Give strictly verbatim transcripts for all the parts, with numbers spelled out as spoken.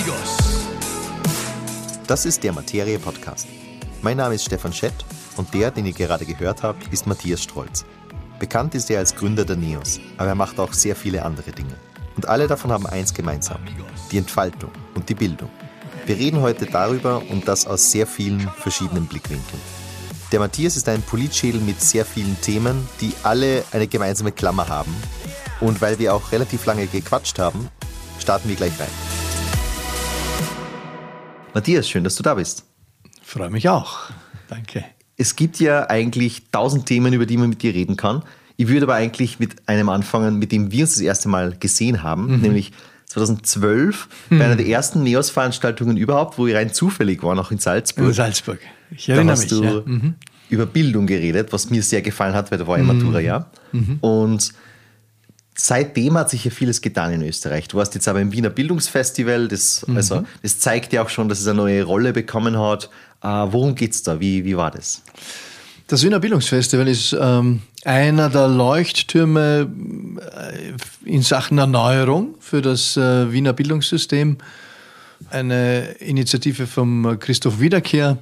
Das ist der Materie-Podcast. Mein Name ist Stefan Schett und der, den ihr gerade gehört habt, ist Matthias Strolz. Bekannt ist er als Gründer der NEOS, aber er macht auch sehr viele andere Dinge. Und alle davon haben eins gemeinsam: die Entfaltung und die Bildung. Wir reden heute darüber und das aus sehr vielen verschiedenen Blickwinkeln. Der Matthias ist ein Politschädel mit sehr vielen Themen, die alle eine gemeinsame Klammer haben. Und weil wir auch relativ lange gequatscht haben, starten wir gleich rein. Matthias, schön, dass du da bist. Freue mich auch. Danke. Es gibt ja eigentlich tausend Themen, über die man mit dir reden kann. Ich würde aber eigentlich mit einem anfangen, mit dem wir uns das erste Mal gesehen haben, mhm. nämlich zweitausendzwölf, mhm. bei einer der ersten NEOS-Veranstaltungen überhaupt, wo ich rein zufällig war, noch in Salzburg. In Salzburg, ich erinnere da hast mich. Du ja. mhm. über Bildung geredet, was mir sehr gefallen hat, weil da war ich mhm. Matura-Jahr. Mhm. Und seitdem hat sich ja vieles getan in Österreich. Du warst jetzt aber im Wiener Bildungsfestival, das, mhm. also, das zeigt ja auch schon, dass es eine neue Rolle bekommen hat. Äh, worum geht es da? Wie, wie war das? Das Wiener Bildungsfestival ist ähm, einer der Leuchttürme in Sachen Erneuerung für das äh, Wiener Bildungssystem. Eine Initiative von Christoph Wiederkehr,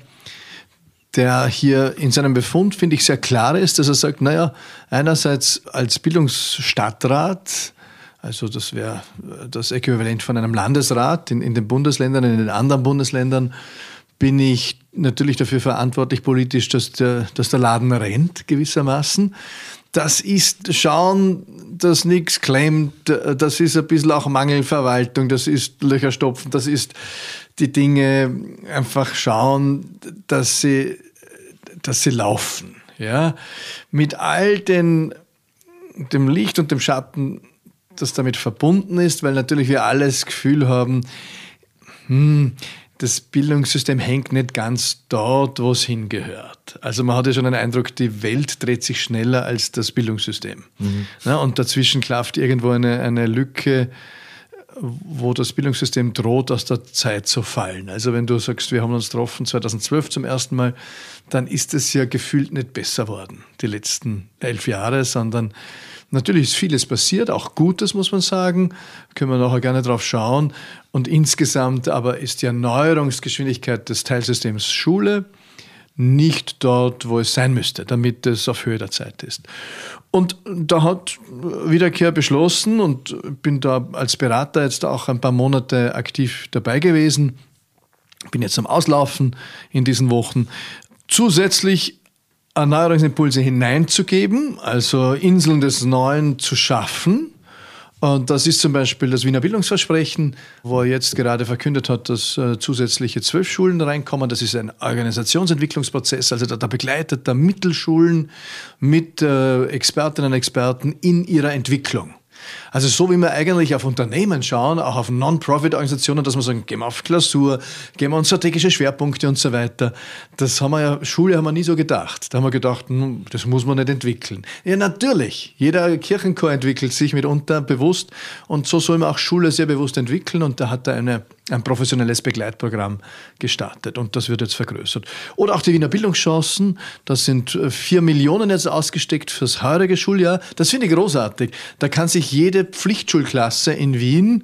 der hier in seinem Befund, finde ich, sehr klar ist, dass er sagt, naja, einerseits als Bildungsstadtrat, also das wäre das Äquivalent von einem Landesrat in, in den Bundesländern, in den anderen Bundesländern, bin ich natürlich dafür verantwortlich politisch, dass der, dass der Laden rennt, gewissermaßen. Das ist schauen, dass nichts klemmt, das ist ein bisschen auch Mangelverwaltung, das ist Löcher stopfen, das ist die Dinge einfach schauen, dass sie, dass sie laufen. Ja? Mit all den, dem Licht und dem Schatten, das damit verbunden ist, weil natürlich wir alle das Gefühl haben, hm, das Bildungssystem hängt nicht ganz dort, wo es hingehört. Also man hat ja schon den Eindruck, die Welt dreht sich schneller als das Bildungssystem. Mhm. Ja, und dazwischen klafft irgendwo eine, eine Lücke, wo das Bildungssystem droht, aus der Zeit zu fallen. Also wenn du sagst, wir haben uns getroffen zweitausendzwölf zum ersten Mal, dann ist es ja gefühlt nicht besser worden, die letzten elf Jahre, sondern natürlich ist vieles passiert, auch Gutes, muss man sagen, können wir nachher gerne drauf schauen. Und insgesamt aber ist die Erneuerungsgeschwindigkeit des Teilsystems Schule nicht dort, wo es sein müsste, damit es auf Höhe der Zeit ist. Und da hat Wiederkehr beschlossen, und bin da als Berater jetzt auch ein paar Monate aktiv dabei gewesen, bin jetzt am Auslaufen in diesen Wochen, zusätzlich Erneuerungsimpulse hineinzugeben, also Inseln des Neuen zu schaffen. Und das ist zum Beispiel das Wiener Bildungsversprechen, wo er jetzt gerade verkündet hat, dass äh, zusätzliche zwölf Schulen reinkommen. Das ist ein Organisationsentwicklungsprozess, also da, da begleitet er Mittelschulen mit äh, Expertinnen und Experten in ihrer Entwicklung. Also so wie wir eigentlich auf Unternehmen schauen, auch auf Non-Profit-Organisationen, dass wir sagen, gehen wir auf Klausur, gehen wir uns strategische Schwerpunkte und so weiter. Das haben wir ja, Schule haben wir nie so gedacht. Da haben wir gedacht, hm, das muss man nicht entwickeln. Ja, natürlich. Jeder Kirchenchor entwickelt sich mitunter bewusst, und so soll man auch Schule sehr bewusst entwickeln, und da hat er eine ein professionelles Begleitprogramm gestartet, und das wird jetzt vergrößert. Oder auch die Wiener Bildungschancen, das sind vier Millionen jetzt ausgesteckt fürs heurige Schuljahr. Das finde ich großartig. Da kann sich jede Pflichtschulklasse in Wien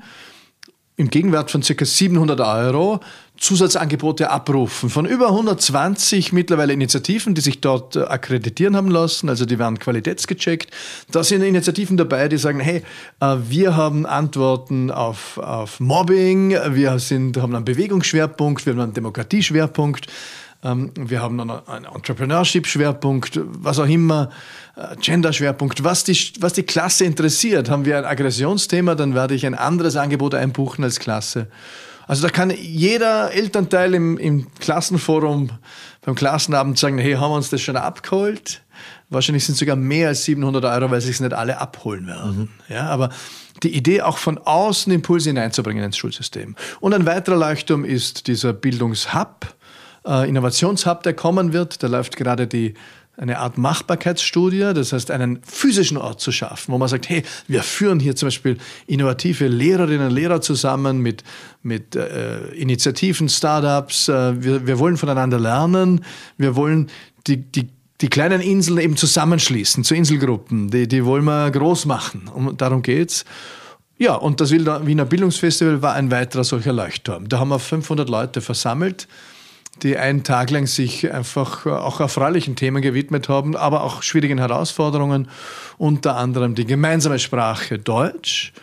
im Gegenwert von ca. siebenhundert Euro Zusatzangebote abrufen. Von über hundertzwanzig mittlerweile Initiativen, die sich dort akkreditieren haben lassen, also die werden qualitätsgecheckt. Da sind Initiativen dabei, die sagen, hey, wir haben Antworten auf, auf Mobbing, wir sind, haben einen Bewegungsschwerpunkt, wir haben einen Demokratieschwerpunkt, wir haben einen Entrepreneurship-Schwerpunkt, was auch immer, Gender-Schwerpunkt. Was die, was die Klasse interessiert, haben wir ein Aggressionsthema, dann werde ich ein anderes Angebot einbuchen als Klasse. Also da kann jeder Elternteil im, im Klassenforum beim Klassenabend sagen, hey, haben wir uns das schon abgeholt? Wahrscheinlich sind es sogar mehr als siebenhundert Euro, weil sich es nicht alle abholen werden. Mhm. Ja, aber die Idee, auch von außen Impulse hineinzubringen ins Schulsystem. Und ein weiterer Leuchtturm ist dieser Bildungshub, äh, Innovationshub, der kommen wird. Da läuft gerade die eine Art Machbarkeitsstudie, das heißt einen physischen Ort zu schaffen, wo man sagt, hey, wir führen hier zum Beispiel innovative Lehrerinnen und Lehrer zusammen mit, mit äh, Initiativen, Startups, äh, wir, wir wollen voneinander lernen, wir wollen die, die, die kleinen Inseln eben zusammenschließen zu Inselgruppen, die, die wollen wir groß machen, um, darum geht's. Ja, und das Wiener Bildungsfestival war ein weiterer solcher Leuchtturm. Da haben wir fünfhundert Leute versammelt, die einen Tag lang sich einfach auch erfreulichen Themen gewidmet haben, aber auch schwierigen Herausforderungen, unter anderem die gemeinsame Sprache Deutsch.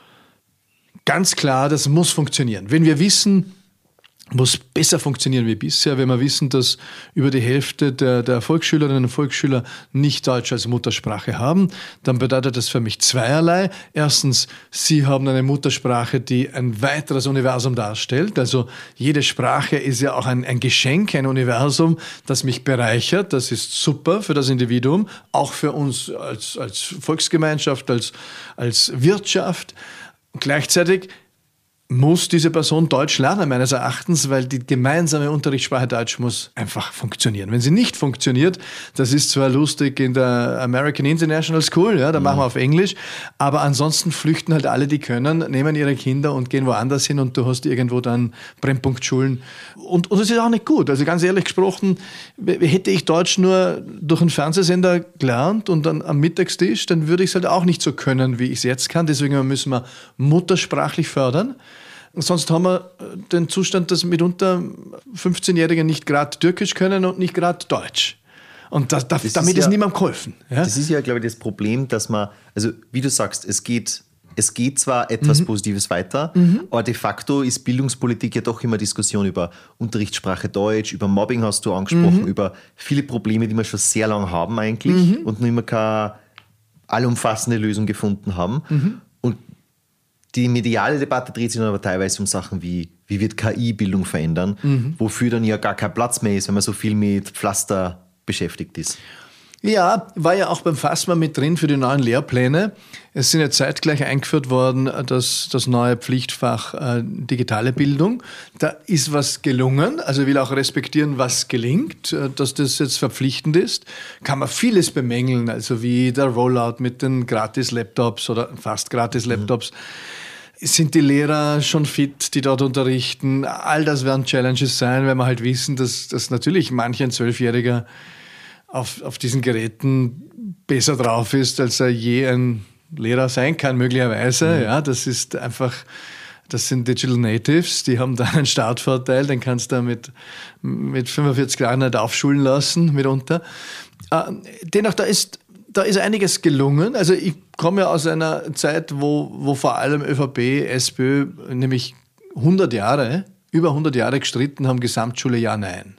Ganz klar, das muss funktionieren. Wenn wir wissen, muss besser funktionieren wie bisher, wenn wir wissen, dass über die Hälfte der, der Volksschülerinnen und Volksschüler nicht Deutsch als Muttersprache haben, dann bedeutet das für mich zweierlei. Erstens, sie haben eine Muttersprache, die ein weiteres Universum darstellt. Also jede Sprache ist ja auch ein, ein Geschenk, ein Universum, das mich bereichert. Das ist super für das Individuum, auch für uns als, als Volksgemeinschaft, als, als Wirtschaft. Gleichzeitig muss diese Person Deutsch lernen, meines Erachtens, weil die gemeinsame Unterrichtssprache Deutsch muss einfach funktionieren. Wenn sie nicht funktioniert, das ist zwar lustig in der American International School, ja, da mhm. machen wir auf Englisch, aber ansonsten flüchten halt alle, die können, nehmen ihre Kinder und gehen woanders hin und du hast irgendwo dann Brennpunktschulen. Und, und das ist auch nicht gut. Also ganz ehrlich gesprochen, hätte ich Deutsch nur durch einen Fernsehsender gelernt und dann am Mittagstisch, dann würde ich es halt auch nicht so können, wie ich es jetzt kann. Deswegen müssen wir muttersprachlich fördern. Sonst haben wir den Zustand, dass mitunter fünfzehnjährige nicht gerade Türkisch können und nicht gerade Deutsch. Und das, das, damit ist, ja, ist niemandem geholfen. Ja? Das ist ja, glaube ich, das Problem, dass man, also wie du sagst, es geht, es geht zwar etwas mhm. Positives weiter, mhm. aber de facto ist Bildungspolitik ja doch immer Diskussion über Unterrichtssprache Deutsch, über Mobbing hast du angesprochen, mhm. über viele Probleme, die wir schon sehr lange haben eigentlich mhm. und noch immer keine allumfassende Lösung gefunden haben. Mhm. Und die mediale Debatte dreht sich dann aber teilweise um Sachen wie, wie wird K I Bildung verändern, mhm. wofür dann ja gar kein Platz mehr ist, wenn man so viel mit Pflaster beschäftigt ist. Ja, war ja auch beim FASMA mit drin für die neuen Lehrpläne. Es sind ja zeitgleich eingeführt worden, das, das neue Pflichtfach äh, digitale Bildung. Da ist was gelungen, also ich will auch respektieren, was gelingt, äh, dass das jetzt verpflichtend ist. Kann man vieles bemängeln, also wie der Rollout mit den Gratis-Laptops oder fast Gratis-Laptops. Mhm. Sind die Lehrer schon fit, die dort unterrichten? All das werden Challenges sein, weil wir halt wissen, dass, dass natürlich manch ein Zwölfjähriger auf, auf diesen Geräten besser drauf ist, als er je ein Lehrer sein kann, möglicherweise. Mhm. Ja, das ist einfach, das sind Digital Natives, die haben da einen Startvorteil, den kannst du mit, mit fünfundvierzig Jahren nicht aufschulen lassen, mitunter. Äh, dennoch, da ist Da ist einiges gelungen. Also ich komme ja aus einer Zeit, wo, wo vor allem ÖVP, SPÖ, nämlich hundert Jahre, über hundert Jahre gestritten haben, Gesamtschule ja, nein.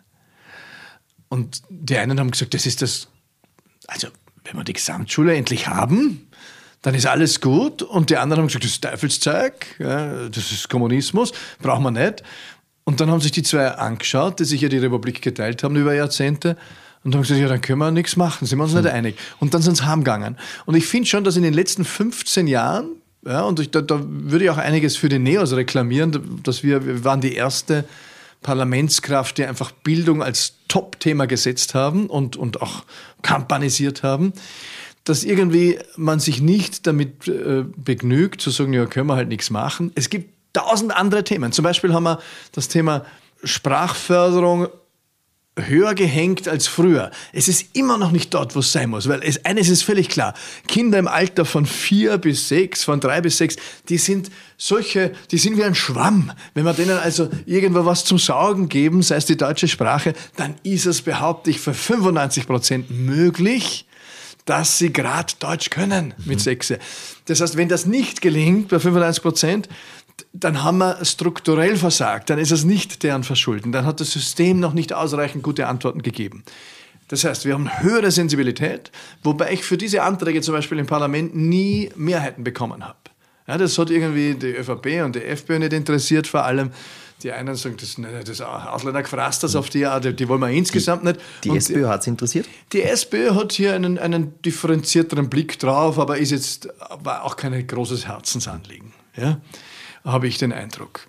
Und die einen haben gesagt, das ist das, also wenn wir die Gesamtschule endlich haben, dann ist alles gut. Und die anderen haben gesagt, das ist Teufelszeug, ja, das ist Kommunismus, brauchen wir nicht. Und dann haben sich die zwei angeschaut, die sich ja die Republik geteilt haben über Jahrzehnte, und haben gesagt, ja, dann können wir nichts machen, sind wir uns nicht einig. Und dann sind sie heimgegangen. Und ich finde schon, dass in den letzten fünfzehn Jahren, ja, und ich, da, da würde ich auch einiges für die Neos reklamieren, dass wir, wir waren die erste Parlamentskraft, die einfach Bildung als Top-Thema gesetzt haben und, und auch kampanisiert haben, dass irgendwie man sich nicht damit äh, begnügt, zu sagen, ja, können wir halt nichts machen. Es gibt tausend andere Themen. Zum Beispiel haben wir das Thema Sprachförderung höher gehängt als früher. Es ist immer noch nicht dort, wo es sein muss, weil es, eines ist völlig klar. Kinder im Alter von vier bis sechs, von drei bis sechs, die sind solche, die sind wie ein Schwamm. Wenn wir denen also irgendwo was zum Saugen geben, sei es die deutsche Sprache, dann ist es, behaupte ich, für fünfundneunzig Prozent möglich, dass sie gerade Deutsch können mit mhm. sechs. Das heißt, wenn das nicht gelingt bei fünfundneunzig Prozent, dann haben wir strukturell versagt, dann ist es nicht deren Verschulden, dann hat das System noch nicht ausreichend gute Antworten gegeben. Das heißt, wir haben höhere Sensibilität, wobei ich für diese Anträge zum Beispiel im Parlament nie Mehrheiten bekommen habe. Ja, das hat irgendwie die ÖVP und die FPÖ nicht interessiert, vor allem. Die einen sagen, das, das Ausländergefraß, das auf die Art, die wollen wir insgesamt die, nicht. Die und SPÖ hat es interessiert? Die SPÖ hat hier einen, einen differenzierteren Blick drauf, aber ist jetzt war auch kein großes Herzensanliegen. Ja? Habe ich den Eindruck.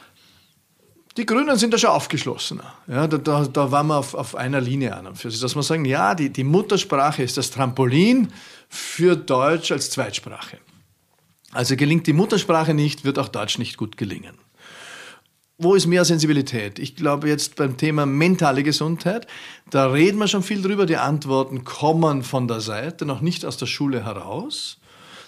Die Grünen sind da schon aufgeschlossener. Ja, da, da, da waren wir auf, auf einer Linie an und für sich, dass wir sagen, ja, die, die Muttersprache ist das Trampolin für Deutsch als Zweitsprache. Also gelingt die Muttersprache nicht, wird auch Deutsch nicht gut gelingen. Wo ist mehr Sensibilität? Ich glaube jetzt beim Thema mentale Gesundheit, da reden wir schon viel drüber, die Antworten kommen von der Seite, noch nicht aus der Schule heraus.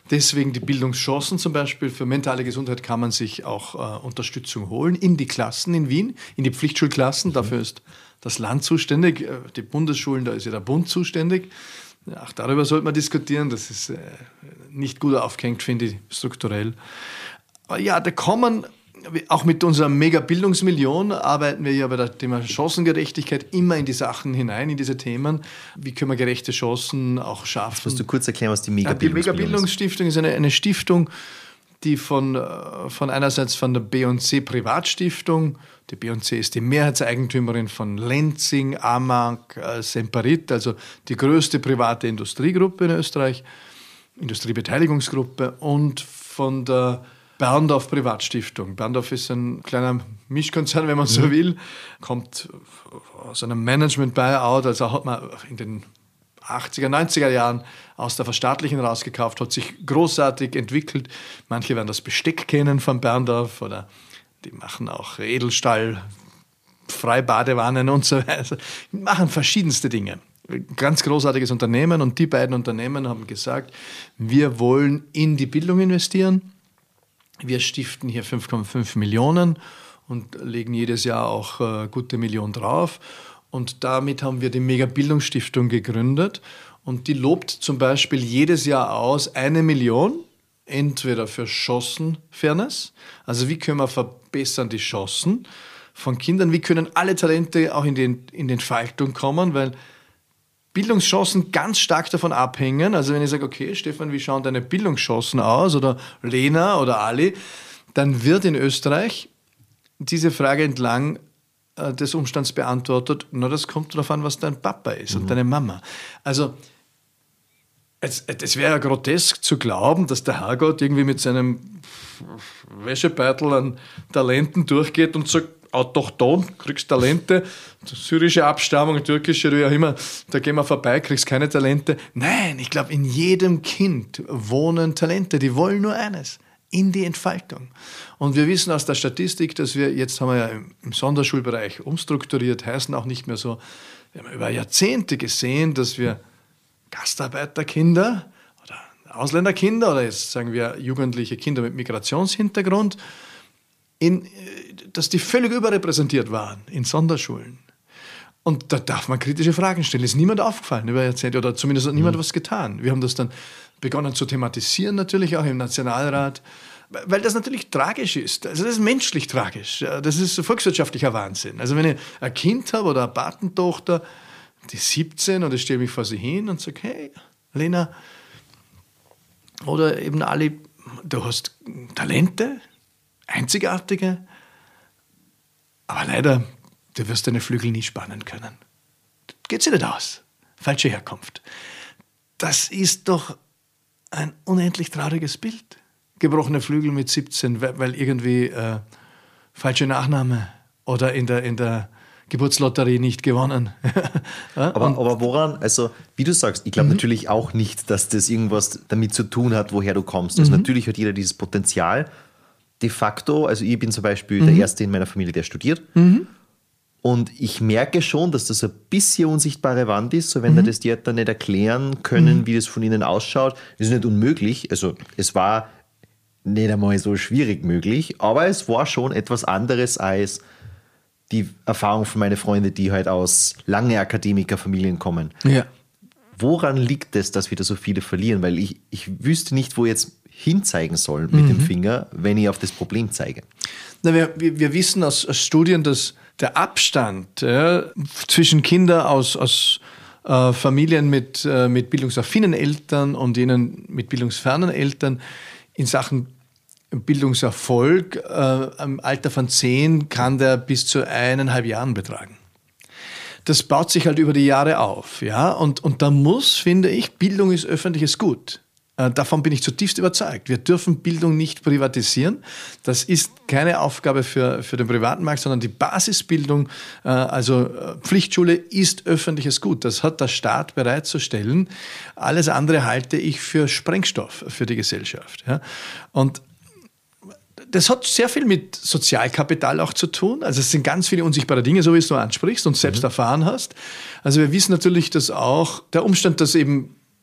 Deswegen die Bildungschancen zum Beispiel für mentale Gesundheit kann man sich auch äh, Unterstützung holen in die Klassen in Wien, in die Pflichtschulklassen. Dafür ist das Land zuständig, äh, die Bundesschulen, da ist ja der Bund zuständig. Ja, auch darüber sollte man diskutieren. Das ist äh, nicht gut aufgehängt, finde ich, strukturell. Aber ja, da kommen, auch mit unserer Mega-Bildungsmillion arbeiten wir ja bei der Thema Chancengerechtigkeit immer in die Sachen hinein, in diese Themen. Wie können wir gerechte Chancen auch schaffen? Musst du kurz erklären, was die Mega-Bildungsmillion ist? Die Mega-Bildungsstiftung ist eine, eine Stiftung, die von, von einerseits von der B und C Privatstiftung, die B und C ist die Mehrheitseigentümerin von Lenzing, Amag, äh, Semperit, also die größte private Industriegruppe in Österreich, Industriebeteiligungsgruppe, und von der Berndorf Privatstiftung. Berndorf ist ein kleiner Mischkonzern, wenn man so mhm. will, kommt aus einem Management-Buyout, also hat man in den achtziger, neunziger Jahren aus der Verstaatlichung rausgekauft, hat sich großartig entwickelt. Manche werden das Besteck kennen von Berndorf oder die machen auch Edelstahl, Freibadewannen und so weiter. Die machen verschiedenste Dinge. Ganz großartiges Unternehmen, und die beiden Unternehmen haben gesagt, wir wollen in die Bildung investieren. Wir stiften hier fünf Komma fünf Millionen und legen jedes Jahr auch äh, gute Millionen drauf. Und damit haben wir die Mega-Bildungsstiftung gegründet. Und die lobt zum Beispiel jedes Jahr aus eine Million, entweder für Chancenfairness, also wie können wir verbessern die Chancen von Kindern, wie können alle Talente auch in die, in die Entfaltung kommen, weil Bildungschancen ganz stark davon abhängen. Also wenn ich sage, okay, Stefan, wie schauen deine Bildungschancen aus, oder Lena oder Ali, dann wird in Österreich diese Frage entlang äh, des Umstands beantwortet, na, das kommt darauf an, was dein Papa ist mhm. und deine Mama. Also es, es wäre ja grotesk zu glauben, dass der Herrgott irgendwie mit seinem Wäschebeutel an Talenten durchgeht und sagt, autochton, kriegst Talente, syrische Abstammung, türkische, wie auch immer, da gehen wir vorbei, kriegst keine Talente. Nein, ich glaube, in jedem Kind wohnen Talente, die wollen nur eines, in die Entfaltung. Und wir wissen aus der Statistik, dass wir, jetzt haben wir ja im Sonderschulbereich umstrukturiert, heißen auch nicht mehr so, wir haben über Jahrzehnte gesehen, dass wir Gastarbeiterkinder oder Ausländerkinder oder jetzt sagen wir jugendliche Kinder mit Migrationshintergrund, in, dass die völlig überrepräsentiert waren in Sonderschulen. Und da darf man kritische Fragen stellen. Ist niemand aufgefallen über Jahrzehnte, oder zumindest hat niemand mhm. was getan. Wir haben das dann begonnen zu thematisieren, natürlich auch im Nationalrat, weil das natürlich tragisch ist. Also das ist menschlich tragisch. Das ist volkswirtschaftlicher Wahnsinn. Also wenn ich ein Kind habe oder eine Patentochter, die siebzehn, und ich stelle mich vor sie hin und sage, hey, Lena, oder eben Ali, du hast Talente, einzigartige, aber leider, du wirst deine Flügel nie spannen können. Geht sich nicht aus. Falsche Herkunft. Das ist doch ein unendlich trauriges Bild. Gebrochene Flügel mit siebzehn, weil, weil irgendwie äh, falsche Nachname oder in der, in der Geburtslotterie nicht gewonnen. Ja, aber, aber woran, also wie du sagst, ich glaube mhm. natürlich auch nicht, dass das irgendwas damit zu tun hat, woher du kommst. Also mhm. natürlich hat jeder dieses Potenzial. De facto, also ich bin zum Beispiel mhm. der Erste in meiner Familie, der studiert. Mhm. Und ich merke schon, dass das ein bisschen unsichtbare Wand ist, so wenn mhm. da das die Eltern nicht erklären können, mhm. wie das von ihnen ausschaut. Das ist nicht unmöglich. Also es war nicht einmal so schwierig möglich, aber es war schon etwas anderes als die Erfahrung von meinen Freunden, die halt aus lange Akademikerfamilien kommen. Ja. Woran liegt es, dass wir da so viele verlieren? Weil ich, ich wüsste nicht, wo jetzt hinzeigen soll mit mhm. dem Finger, wenn ich auf das Problem zeige. Na, wir, wir, wir wissen aus, aus Studien, dass der Abstand ja, zwischen Kindern aus, aus äh, Familien mit, äh, mit bildungsaffinen Eltern und jenen mit bildungsfernen Eltern in Sachen Bildungserfolg äh, im Alter von zehn kann der bis zu eineinhalb Jahren betragen. Das baut sich halt über die Jahre auf. Ja? Und, und da muss, finde ich, Bildung ist öffentliches Gut. Davon bin ich zutiefst überzeugt. Wir dürfen Bildung nicht privatisieren. Das ist keine Aufgabe für, für den privaten Markt, sondern die Basisbildung, also Pflichtschule, ist öffentliches Gut. Das hat der Staat bereitzustellen. Alles andere halte ich für Sprengstoff für die Gesellschaft. Und das hat sehr viel mit Sozialkapital auch zu tun. Also es sind ganz viele unsichtbare Dinge, so wie es du ansprichst und selbst mhm. erfahren hast. Also wir wissen natürlich, dass auch der Umstand, dass eben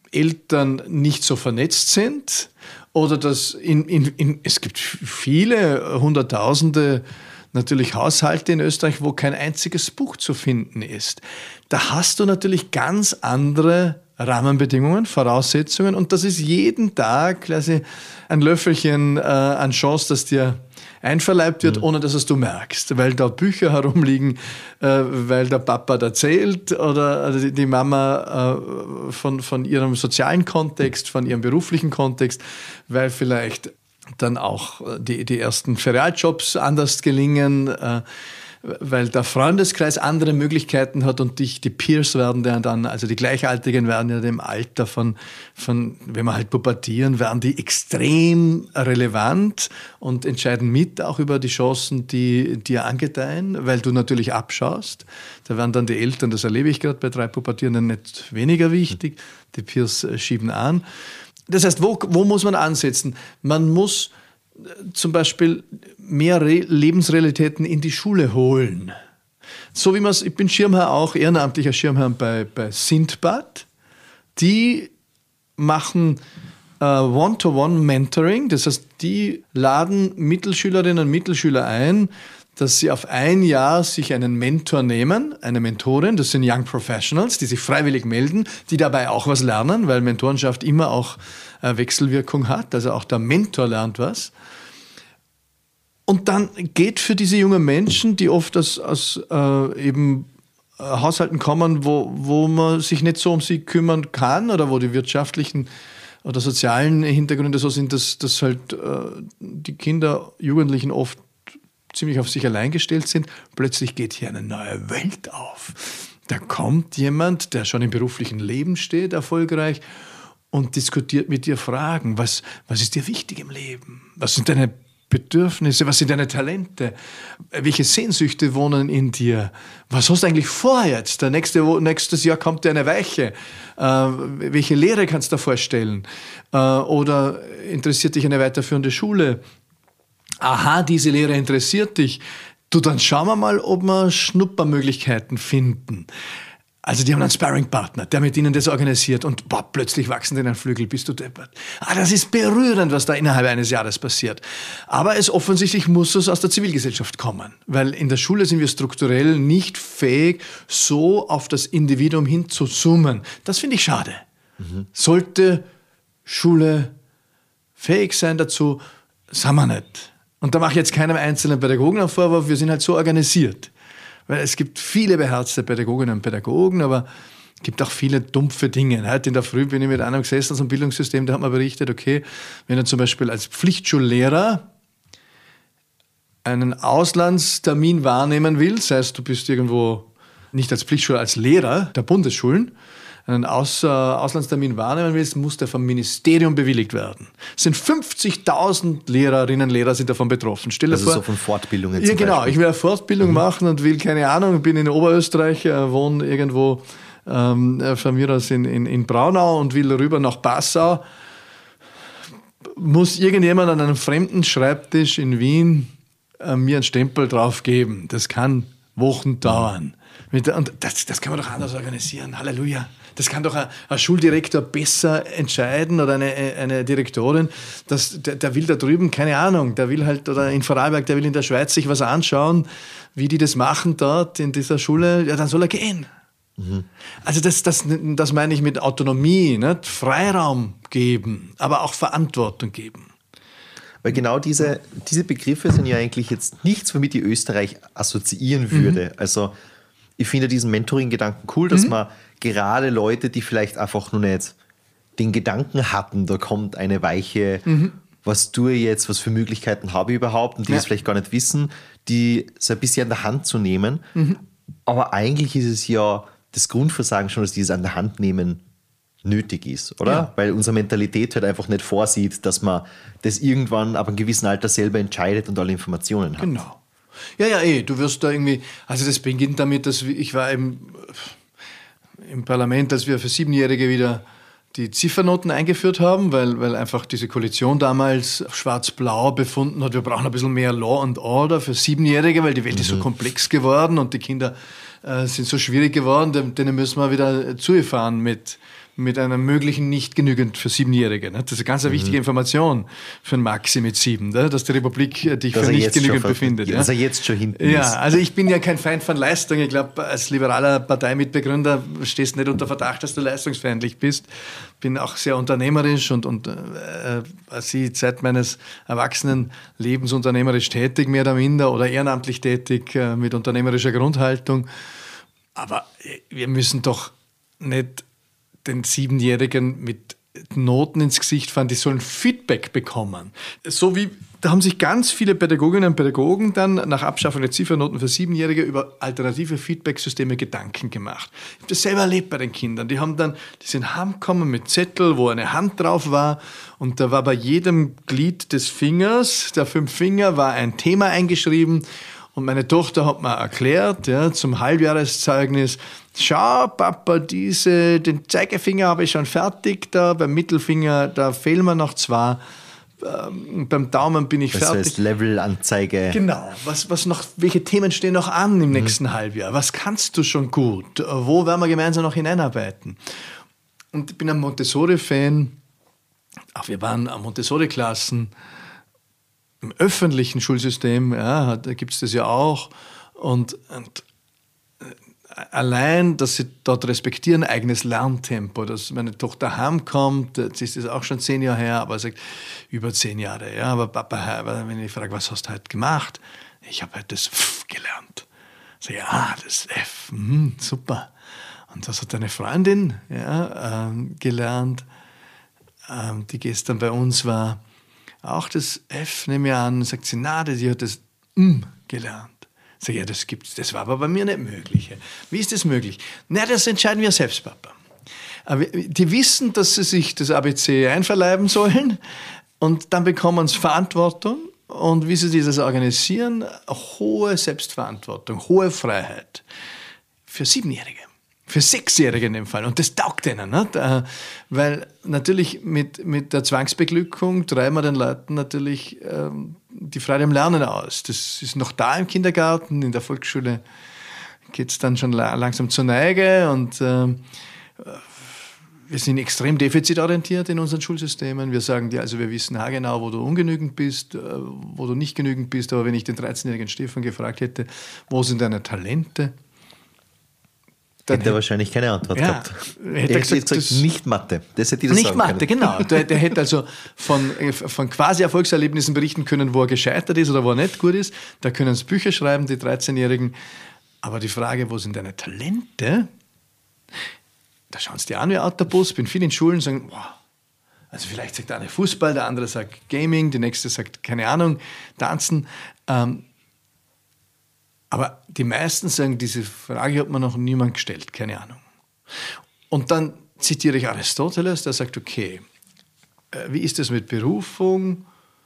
Eltern nicht so vernetzt sind oder dass in, in, in, es gibt viele Hunderttausende natürlich Haushalte in Österreich, wo kein einziges Buch zu finden ist. Da hast du natürlich ganz andere Rahmenbedingungen, Voraussetzungen und das ist jeden Tag quasi ein Löffelchen äh, an Chance, dass dir einverleibt wird, mhm. ohne dass es du merkst, weil da Bücher herumliegen, äh, weil der Papa erzählt oder die, die Mama äh, von, von ihrem sozialen Kontext, von ihrem beruflichen Kontext, weil vielleicht dann auch die, die ersten Ferialjobs anders gelingen, äh, weil der Freundeskreis andere Möglichkeiten hat und dich, die Peers werden dann, also die Gleichaltrigen werden ja dem Alter von, von, wenn wir halt pubertieren, werden die extrem relevant und entscheiden mit auch über die Chancen, die dir angedeihen, weil du natürlich abschaust. Da werden dann die Eltern, das erlebe ich gerade bei drei Pubertierenden, nicht weniger wichtig. Die Peers schieben an. Das heißt, wo, wo muss man ansetzen? Man muss zum Beispiel mehr Re- Lebensrealitäten in die Schule holen. So wie man es, ich bin Schirmherr auch, ehrenamtlicher Schirmherr bei, bei Sindbad. Die machen äh, One-to-One-Mentoring, das heißt, die laden Mittelschülerinnen und Mittelschüler ein, dass sie auf ein Jahr sich einen Mentor nehmen, eine Mentorin, das sind Young Professionals, die sich freiwillig melden, die dabei auch was lernen, weil Mentorenschaft immer auch äh, Wechselwirkung hat, also auch der Mentor lernt was. Und dann geht für diese jungen Menschen, die oft aus, aus äh, eben äh, Haushalten kommen, wo, wo man sich nicht so um sie kümmern kann oder wo die wirtschaftlichen oder sozialen Hintergründe so sind, dass, dass halt äh, die Kinder, Jugendlichen oft ziemlich auf sich allein gestellt sind, plötzlich geht hier eine neue Welt auf. Da kommt jemand, der schon im beruflichen Leben steht, erfolgreich, und diskutiert mit dir Fragen. Was, was ist dir wichtig im Leben? Was sind deine Bedürfnisse? Was sind deine Talente? Welche Sehnsüchte wohnen in dir? Was hast du eigentlich vor jetzt? Der nächste, nächstes Jahr kommt dir eine Weiche. Äh, welche Lehre kannst du dir vorstellen? Äh, oder interessiert dich eine weiterführende Schule? Aha, diese Lehre interessiert dich. Du, dann schauen wir mal, ob wir Schnuppermöglichkeiten finden. Also die haben einen Sparringpartner, der mit ihnen das organisiert und boah, plötzlich wachsen denen Flügel, bist du deppert. Ah, das ist berührend, was da innerhalb eines Jahres passiert. Aber es offensichtlich muss es aus der Zivilgesellschaft kommen, weil in der Schule sind wir strukturell nicht fähig, so auf das Individuum hin zu zoomen. Das finde ich schade. Mhm. Sollte Schule fähig sein dazu, sind wir nicht. Und da mache ich jetzt keinem einzelnen Pädagogen einen Vorwurf, wir sind halt so organisiert. Weil es gibt viele beherzte Pädagoginnen und Pädagogen, aber es gibt auch viele dumpfe Dinge. Heute in der Früh bin ich mit einem gesessen aus dem Bildungssystem, der hat mir berichtet, okay, wenn er zum Beispiel als Pflichtschullehrer einen Auslandstermin wahrnehmen will, das heißt, du bist irgendwo nicht als Pflichtschüler, als Lehrer der Bundesschulen, einen Aus, äh, Auslandstermin wahrnehmen willst, muss der vom Ministerium bewilligt werden. Es sind fünfzigtausend Lehrerinnen und Lehrer sind davon betroffen. Stell dir also vor, so von Fortbildungen ja, zum genau. Beispiel. Ich will eine Fortbildung mhm. machen und will, keine Ahnung, bin in Oberösterreich, äh, wohne irgendwo ähm, von mir aus in, in, in Braunau und will rüber nach Passau. Muss irgendjemand an einem fremden Schreibtisch in Wien äh, mir einen Stempel drauf geben. Das kann Wochen dauern. Mhm. Und das, das kann man doch anders organisieren. Halleluja. Das kann doch ein, ein Schuldirektor besser entscheiden oder eine, eine Direktorin. Das, der, der will da drüben, keine Ahnung, der will halt, oder in Vorarlberg, der will in der Schweiz sich was anschauen, wie die das machen dort in dieser Schule. Ja, dann soll er gehen. Mhm. Also das, das, das meine ich mit Autonomie, nicht? Freiraum geben, aber auch Verantwortung geben. Weil genau diese, diese Begriffe sind ja eigentlich jetzt nichts, womit ich Österreich assoziieren würde. Mhm. Also ich finde diesen Mentoring-Gedanken cool, dass mhm. man gerade Leute, die vielleicht einfach nur nicht den Gedanken hatten, da kommt eine Weiche, mhm. was tue ich jetzt, was für Möglichkeiten habe ich überhaupt und die ja. das vielleicht gar nicht wissen, die so ein bisschen an der Hand zu nehmen. Mhm. Aber eigentlich ist es ja das Grundversagen schon, dass dieses an der Hand nehmen nötig ist, oder? Ja. Weil unsere Mentalität halt einfach nicht vorsieht, dass man das irgendwann ab einem gewissen Alter selber entscheidet und alle Informationen hat. Genau. Ja, ja, eh, du wirst da irgendwie, also das beginnt damit, dass ich war im, im Parlament, als wir für Siebenjährige wieder die Ziffernoten eingeführt haben, weil, weil einfach diese Koalition damals schwarz-blau befunden hat, wir brauchen ein bisschen mehr Law and Order für Siebenjährige, weil die Welt mhm. ist so komplex geworden und die Kinder äh, sind so schwierig geworden, denen müssen wir wieder zugefahren mit mit einer möglichen nicht genügend für Siebenjährige. Das ist eine ganz mhm. wichtige Information für einen Maxi mit sieben, dass die Republik dich dass für nicht genügend befindet. Dass er jetzt schon hinten ja, ist. Also ich bin ja kein Feind von Leistung. Ich glaube, als liberaler Parteimitbegründer stehst du nicht unter Verdacht, dass du leistungsfeindlich bist. Bin auch sehr unternehmerisch und, und äh, sie Zeit meines Erwachsenenlebens unternehmerisch tätig, mehr oder minder, oder ehrenamtlich tätig äh, mit unternehmerischer Grundhaltung. Aber wir müssen doch nicht den Siebenjährigen mit Noten ins Gesicht fahren, die sollen Feedback bekommen. So wie, da haben sich ganz viele Pädagoginnen und Pädagogen dann nach Abschaffung der Ziffernoten für Siebenjährige über alternative Feedbacksysteme Gedanken gemacht. Ich habe das selber erlebt bei den Kindern. Die haben dann, die sind heimgekommen mit Zettel, wo eine Hand drauf war, und da war bei jedem Glied des Fingers, der fünf Finger, war ein Thema eingeschrieben. Und meine Tochter hat mir erklärt, ja, zum Halbjahreszeugnis: Schau, Papa, diese, den Zeigefinger habe ich schon fertig da, beim Mittelfinger, da fehlen mir noch zwei, ähm, beim Daumen bin ich das fertig. Das heißt Levelanzeige. Genau, was, was noch, welche Themen stehen noch an im mhm. nächsten Halbjahr? Was kannst du schon gut? Wo werden wir gemeinsam noch hineinarbeiten? Und ich bin ein Montessori-Fan, auch wir waren an Montessori-Klassen. Im öffentlichen Schulsystem, ja, da gibt es das ja auch. Und, und allein, dass sie dort respektieren, eigenes Lerntempo, dass meine Tochter heimkommt, jetzt ist das auch schon zehn Jahre her, aber sagt, über zehn Jahre, ja, aber Papa, wenn ich frage, was hast du heute gemacht? Ich habe heute das F gelernt. So, ja, das F, mh, super. Und was hat deine Freundin ja, ähm, gelernt, ähm, die gestern bei uns war? Auch das F, nehme ich an, sagt sie, na, die hat das M gelernt. Sag ich, ja, das gibt's, das war aber bei mir nicht möglich. Wie ist das möglich? Na, das entscheiden wir selbst, Papa. Aber die wissen, dass sie sich das A B C einverleiben sollen, und dann bekommen sie Verantwortung, und wie sie das organisieren, hohe Selbstverantwortung, hohe Freiheit. Für Siebenjährige. Für Sechsjährige in dem Fall. Und das taugt denen. Nicht? Weil natürlich mit, mit der Zwangsbeglückung treiben wir den Leuten natürlich ähm, die Freude am Lernen aus. Das ist noch da im Kindergarten, in der Volksschule geht es dann schon langsam zur Neige, und äh, wir sind extrem defizitorientiert in unseren Schulsystemen. Wir sagen dir, also wir wissen haargenau, wo du ungenügend bist, äh, wo du nicht genügend bist. Aber wenn ich den dreizehnjährigen Stefan gefragt hätte, wo sind deine Talente? Dann hätte er wahrscheinlich keine Antwort ja, gehabt. Hätte er gesagt, gesagt, nicht Mathe. Das hätte ich das nicht sagen Mathe, können. genau. Der, der hätte also von, von quasi Erfolgserlebnissen berichten können, wo er gescheitert ist oder wo er nicht gut ist. Da können sie Bücher schreiben, die dreizehnjährigen. Aber die Frage, wo sind deine Talente? Da schauen sie dir an wie Autobus. Ich bin viel in Schulen und sagen, wow. Also vielleicht sagt der eine Fußball, der andere sagt Gaming, die nächste sagt, keine Ahnung, Tanzen. Ähm, Aber die meisten sagen, diese Frage hat mir noch niemand gestellt, keine Ahnung. Und dann zitiere ich Aristoteles, der sagt, okay, wie ist das mit Berufung?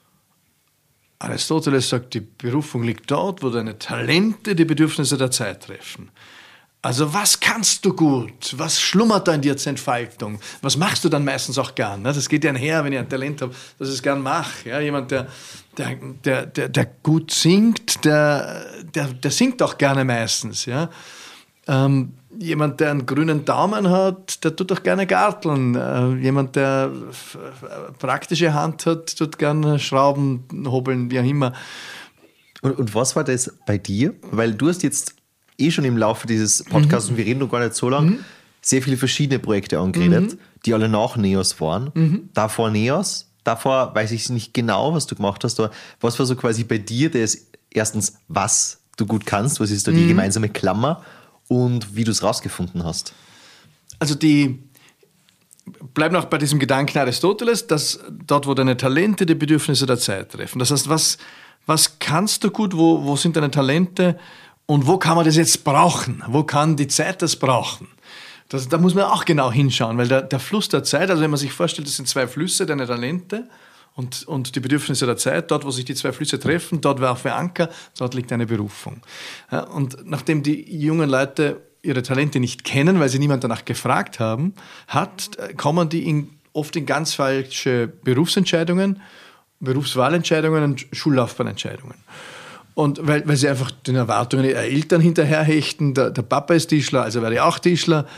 Aristoteles sagt, die Berufung liegt dort, wo deine Talente die Bedürfnisse der Zeit treffen. Also was kannst du gut? Was schlummert da in dir zur Entfaltung? Was machst du dann meistens auch gern? Das geht ja einher, wenn ich ein Talent habe, dass ich es gern mache. Ja, jemand, der, der, der, der, der gut singt, der, der, der singt auch gerne meistens. Ja? Ähm, jemand, der einen grünen Daumen hat, der tut auch gerne garteln. Äh, jemand, der praktische Hand hat, tut gerne Schrauben, hobeln, wie auch immer. Und, und was war das bei dir? Weil du hast jetzt eh schon im Laufe dieses Podcasts, mhm. und wir reden noch gar nicht so lang, mhm. sehr viele verschiedene Projekte angeredet, mhm. die alle nach NEOS waren. Mhm. Davor NEOS, davor weiß ich nicht genau, was du gemacht hast, aber was war so quasi bei dir das erstens, was du gut kannst, was ist da die mhm. gemeinsame Klammer und wie du es rausgefunden hast? Also die, bleib noch bei diesem Gedanken Aristoteles, dass dort, wo deine Talente die Bedürfnisse der Zeit treffen. Das heißt, was, was kannst du gut, wo, wo sind deine Talente? Und wo kann man das jetzt brauchen? Wo kann die Zeit das brauchen? Das, da muss man auch genau hinschauen, weil der, der Fluss der Zeit, also wenn man sich vorstellt, das sind zwei Flüsse, deine Talente und, und die Bedürfnisse der Zeit, dort, wo sich die zwei Flüsse treffen, dort war auch für Anker, dort liegt eine Berufung. Ja, und nachdem die jungen Leute ihre Talente nicht kennen, weil sie niemand danach gefragt haben, hat, kommen die in, oft in ganz falsche Berufsentscheidungen, Berufswahlentscheidungen und Schullaufbahnentscheidungen. Und weil, weil sie einfach den Erwartungen ihrer Eltern hinterherhechten, der, der Papa ist Tischler, also werde ich auch Tischler.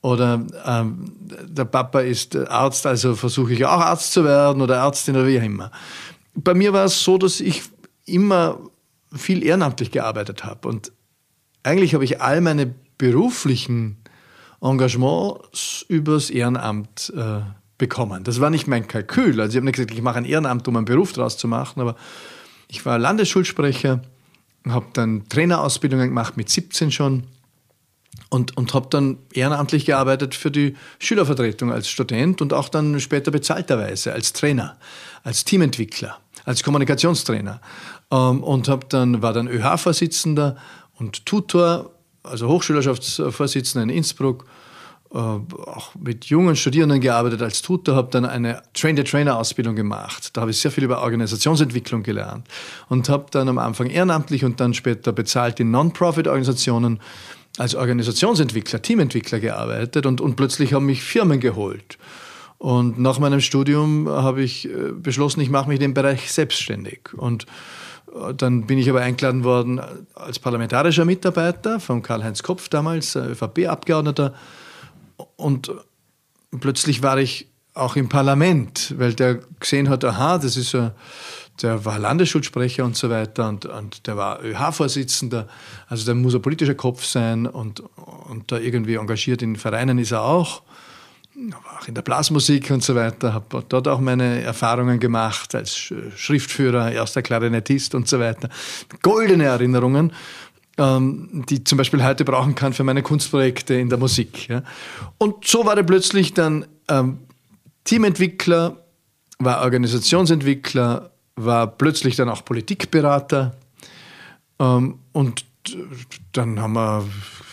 Oder ähm, der Papa ist Arzt, also versuche ich auch Arzt zu werden oder Ärztin oder wie auch immer. Bei mir war es so, dass ich immer viel ehrenamtlich gearbeitet habe. Und eigentlich habe ich all meine beruflichen Engagements übers Ehrenamt äh, bekommen. Das war nicht mein Kalkül. Also ich habe nicht gesagt, ich mache ein Ehrenamt, um einen Beruf daraus zu machen, aber ich war Landesschulsprecher, habe dann Trainerausbildungen gemacht mit siebzehn schon und, und habe dann ehrenamtlich gearbeitet für die Schülervertretung als Student und auch dann später bezahlterweise als Trainer, als Teamentwickler, als Kommunikationstrainer ähm, und hab dann, war dann ÖH-Vorsitzender und Tutor, also Hochschülerschaftsvorsitzender in Innsbruck, äh, auch mit jungen Studierenden gearbeitet als Tutor, habe dann eine Train-the-Trainer-Ausbildung gemacht. Da habe ich sehr viel über Organisationsentwicklung gelernt und habe dann am Anfang ehrenamtlich und dann später bezahlt in Non-Profit-Organisationen als Organisationsentwickler, Teamentwickler gearbeitet und, und plötzlich haben mich Firmen geholt. Und nach meinem Studium habe ich beschlossen, ich mache mich in dem Bereich selbstständig. Und dann bin ich aber eingeladen worden als parlamentarischer Mitarbeiter von Karl-Heinz Kopf damals, ÖVP-Abgeordneter. Und plötzlich war ich auch im Parlament, weil der gesehen hat, aha, das ist ein, der war Landesschulsprecher und so weiter und, und der war ÖH-Vorsitzender, also der muss ein politischer Kopf sein und, und da irgendwie engagiert in Vereinen ist er auch. Aber auch in der Blasmusik und so weiter, habe dort auch meine Erfahrungen gemacht als Schriftführer, erster Klarinettist und so weiter. Goldene Erinnerungen, ähm, die ich zum Beispiel heute brauchen kann für meine Kunstprojekte in der Musik. Ja. Und so war er plötzlich dann ähm, Teamentwickler, war Organisationsentwickler, war plötzlich dann auch Politikberater. Ähm, und dann haben wir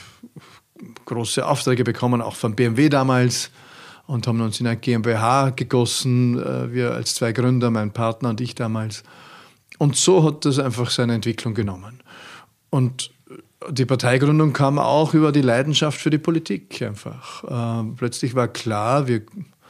große Aufträge bekommen, auch von B M W damals. Und haben uns in eine GmbH gegossen, wir als zwei Gründer, mein Partner und ich damals. Und so hat das einfach seine Entwicklung genommen. Und die Parteigründung kam auch über die Leidenschaft für die Politik einfach. Plötzlich war klar, wir,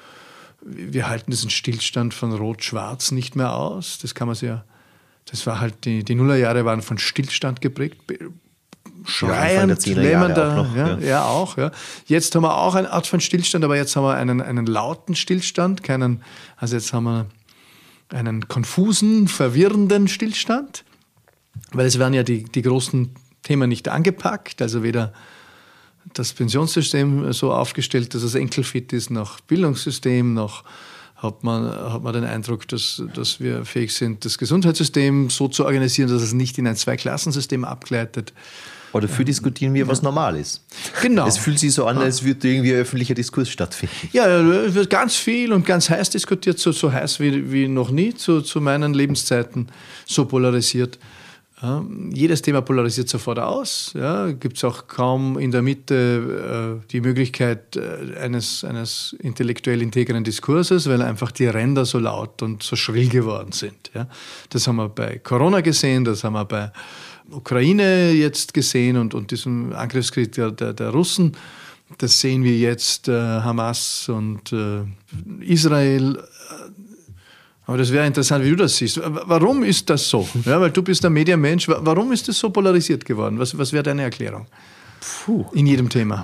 wir halten diesen Stillstand von Rot-Schwarz nicht mehr aus. Das kann man sich ja, das war halt, die, die Nullerjahre waren von Stillstand geprägt. Schreiend, ja, lähmender, auch noch, ja, ja. ja auch. Ja. Jetzt haben wir auch eine Art von Stillstand, aber jetzt haben wir einen, einen lauten Stillstand, keinen, also jetzt haben wir einen konfusen, verwirrenden Stillstand, weil es werden ja die, die großen Themen nicht angepackt, also weder das Pensionssystem so aufgestellt, dass es enkelfit ist, noch Bildungssystem, noch hat man, hat man den Eindruck, dass, dass wir fähig sind, das Gesundheitssystem so zu organisieren, dass es nicht in ein Zweiklassensystem abgleitet. Oder dafür diskutieren wir, was ja. normal ist. Genau. Es fühlt sich so an, als würde irgendwie ein öffentlicher Diskurs stattfinden. Ja, es wird ganz viel und ganz heiß diskutiert, so, so heiß wie, wie noch nie zu, zu meinen Lebenszeiten, so polarisiert. Ja, jedes Thema polarisiert sofort aus. Ja, gibt es auch kaum in der Mitte äh, die Möglichkeit äh, eines, eines intellektuell integren Diskurses, weil einfach die Ränder so laut und so schrill geworden sind. Ja. Das haben wir bei Corona gesehen, das haben wir bei Ukraine jetzt gesehen und, und diesem Angriffskrieg der, der, der Russen. Das sehen wir jetzt, äh, Hamas und äh, Israel. Aber das wäre interessant, wie du das siehst. Warum ist das so? Ja, weil du bist ein Medienmensch. Warum ist das so polarisiert geworden? Was, was wäre deine Erklärung? Puh. In jedem Thema.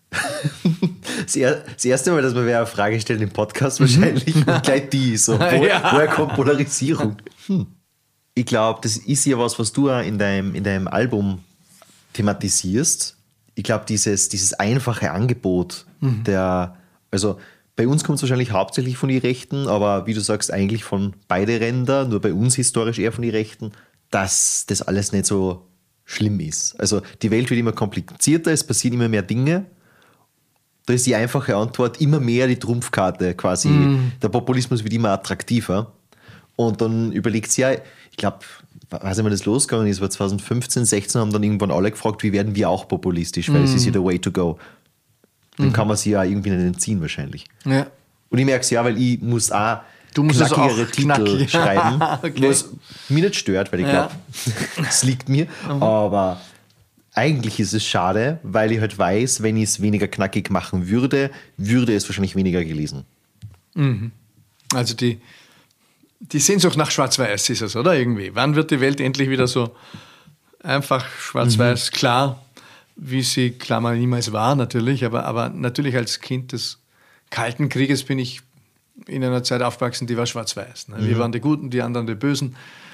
Das erste Mal, dass man wer eine Frage stellt im Podcast wahrscheinlich, und gleich die. So. Wo, ja. Woher kommt Polarisierung? Hm. Ich glaube, das ist ja was, was du in deinem, in deinem Album thematisierst. Ich glaube, dieses, dieses einfache Angebot mhm. der, also bei uns kommt es wahrscheinlich hauptsächlich von den Rechten, aber wie du sagst, eigentlich von beide Ränder, nur bei uns historisch eher von den Rechten, dass das alles nicht so schlimm ist. Also die Welt wird immer komplizierter, es passieren immer mehr Dinge. Da ist die einfache Antwort immer mehr die Trumpfkarte quasi. Mm. Der Populismus wird immer attraktiver. Und dann überlegt sie ja, ich glaube, weiß nicht, wann das losgegangen ist, war zwanzig fünfzehn, sechzehn haben dann irgendwann alle gefragt, wie werden wir auch populistisch, weil mm. es ist ja der way to go. Dann mhm. kann man sie ja irgendwie nicht entziehen wahrscheinlich. Ja. Und ich merke es ja, weil ich muss auch du musst knackigere auch Titel knackig. schreiben, okay. was mich nicht stört, weil ich glaube, ja. es liegt mir. Mhm. Aber eigentlich ist es schade, weil ich halt weiß, wenn ich es weniger knackig machen würde, würde es wahrscheinlich weniger gelesen. Mhm. Also die, die Sehnsucht nach Schwarz-Weiß ist es, oder irgendwie? Wann wird die Welt endlich wieder so einfach schwarz-weiß, mhm. klar? wie sie, Klammer, niemals war natürlich, aber, aber natürlich als Kind des Kalten Krieges bin ich in einer Zeit aufgewachsen, die war schwarz-weiß. Ne? Mhm. Wir waren die Guten, die anderen die Bösen.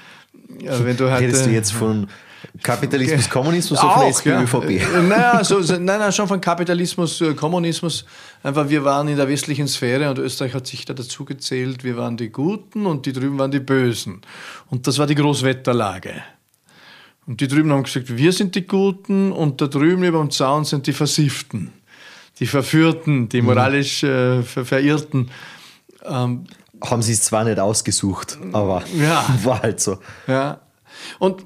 Ja, wenn du halt, redest du jetzt von Kapitalismus, Kommunismus oder von S P Ö, Ö V P? Ja. Naja, so, so, nein, nein, schon von Kapitalismus, Kommunismus. Einfach, wir waren in der westlichen Sphäre und Österreich hat sich da dazu gezählt, wir waren die Guten und die drüben waren die Bösen. Und das war die Großwetterlage. Und die drüben haben gesagt, wir sind die Guten und da drüben über dem Zaun sind die Versifften, die Verführten, die moralisch äh, Ver- Verirrten. Ähm, haben sie es zwar nicht ausgesucht, aber ja. war halt so. Ja. Und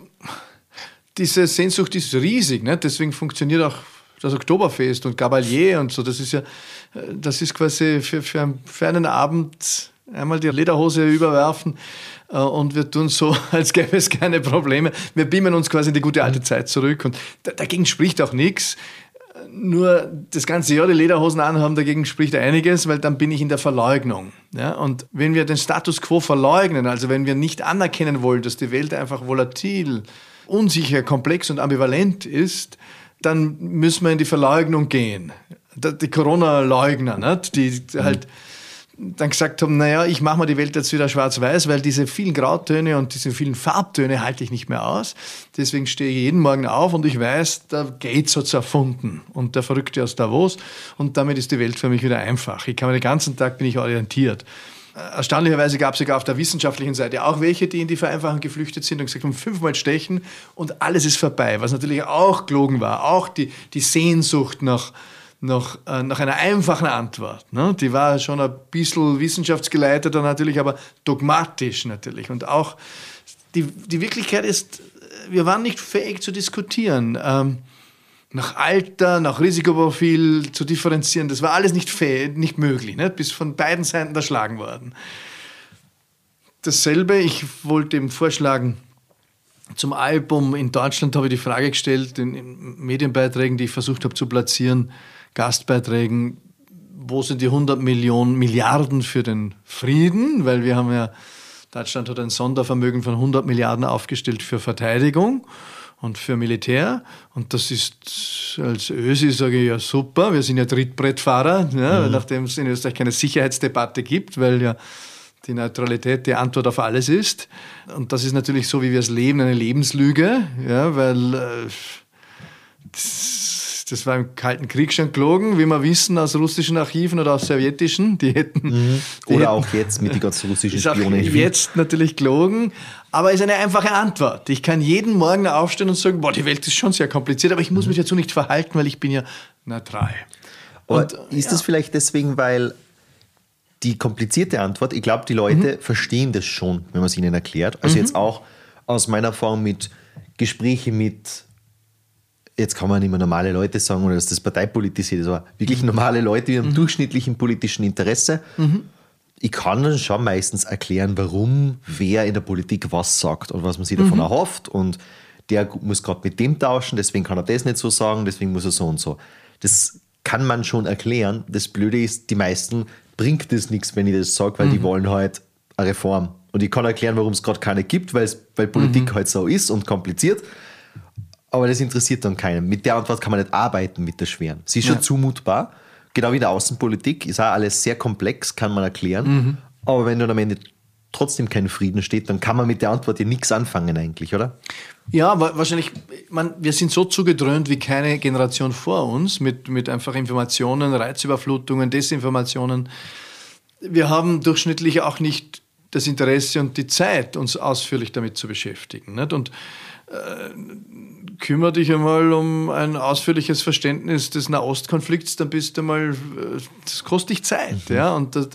diese Sehnsucht ist riesig, ne? Deswegen funktioniert auch das Oktoberfest und Gabalier und so. Das ist ja, das ist quasi für, für, für einen Abend einmal die Lederhose überwerfen äh, und wir tun so, als gäbe es keine Probleme. Wir beamen uns quasi in die gute alte Zeit zurück und da, dagegen spricht auch nichts. Nur das ganze Jahr die Lederhosen anhaben, dagegen spricht einiges, weil dann bin ich in der Verleugnung. Ja? Und wenn wir den Status quo verleugnen, also wenn wir nicht anerkennen wollen, dass die Welt einfach volatil, unsicher, komplex und ambivalent ist, dann müssen wir in die Verleugnung gehen. Die Corona-Leugner, nicht? Die halt dann gesagt haben, naja, ich mache mal die Welt jetzt wieder schwarz-weiß, weil diese vielen Grautöne und diese vielen Farbtöne halte ich nicht mehr aus. Deswegen stehe ich jeden Morgen auf und ich weiß, der Gates hat es erfunden und der Verrückte aus Davos und damit ist die Welt für mich wieder einfach. Ich kann den ganzen Tag bin ich orientiert. Erstaunlicherweise gab es sogar auf der wissenschaftlichen Seite auch welche, die in die Vereinfachung geflüchtet sind und gesagt haben, fünfmal stechen und alles ist vorbei, was natürlich auch gelogen war. Auch die, die Sehnsucht nach Nach, äh, nach einer einfachen Antwort. Ne? Die war schon ein bisschen wissenschaftsgeleiteter natürlich, aber dogmatisch natürlich. Und auch die, die Wirklichkeit ist, wir waren nicht fähig zu diskutieren. Ähm, nach Alter, nach Risikoprofil zu differenzieren, das war alles nicht fähig, nicht möglich. Ne? Bis von beiden Seiten erschlagen worden. Dasselbe, ich wollte eben vorschlagen, zum Album in Deutschland habe ich die Frage gestellt, in, in Medienbeiträgen, die ich versucht habe zu platzieren, Gastbeiträgen, wo sind die hundert Millionen Milliarden für den Frieden? Weil wir haben ja, Deutschland hat ein Sondervermögen von hundert Milliarden aufgestellt für Verteidigung und für Militär. Und das ist, als Ösi sage ich ja super, wir sind ja Trittbrettfahrer, ja, mhm. nachdem es in Österreich keine Sicherheitsdebatte gibt, weil ja die Neutralität die Antwort auf alles ist. Und das ist natürlich so, wie wir es leben, eine Lebenslüge, ja, weil äh, das, das war im Kalten Krieg schon gelogen, wie wir wissen, aus russischen Archiven oder aus sowjetischen. Die hätten, mhm. die oder hätten, auch jetzt mit den ganzen russischen Spionen. Jetzt natürlich gelogen, aber ist eine einfache Antwort. Ich kann jeden Morgen aufstehen und sagen, boah, die Welt ist schon sehr kompliziert, aber ich muss mhm. mich dazu nicht verhalten, weil ich bin ja neutral. Und, ist ja. das vielleicht deswegen, weil die komplizierte Antwort, ich glaube, die Leute mhm. verstehen das schon, wenn man es ihnen erklärt. Also mhm. jetzt auch aus meiner Erfahrung mit Gesprächen mit, jetzt kann man nicht mehr normale Leute sagen, oder dass das parteipolitisiert ist, aber wirklich normale Leute mit einem mhm. durchschnittlichen politischen Interesse. Mhm. Ich kann dann schon meistens erklären, warum wer in der Politik was sagt und was man sich davon mhm. erhofft. Und der muss gerade mit dem tauschen, deswegen kann er das nicht so sagen, deswegen muss er so und so. Das kann man schon erklären. Das Blöde ist, die meisten bringt es nichts, wenn ich das sage, weil mhm. die wollen halt eine Reform. Und ich kann erklären, warum es gerade keine gibt, weil Politik mhm. halt so ist und kompliziert. Aber das interessiert dann keinen. Mit der Antwort kann man nicht arbeiten, mit der schweren. Sie ist schon ja. zumutbar. Genau wie der Außenpolitik. Ist auch alles sehr komplex, kann man erklären. Mhm. Aber wenn dann am Ende trotzdem kein Frieden steht, dann kann man mit der Antwort ja nichts anfangen eigentlich, oder? Ja, wahrscheinlich, man, wir sind so zugedröhnt wie keine Generation vor uns mit, mit einfach Informationen, Reizüberflutungen, Desinformationen. Wir haben durchschnittlich auch nicht das Interesse und die Zeit, uns ausführlich damit zu beschäftigen. Nicht? Und äh, kümmere dich einmal um ein ausführliches Verständnis des Nahostkonflikts, dann bist du mal, das kostet dich Zeit. Mhm. Ja? Und das,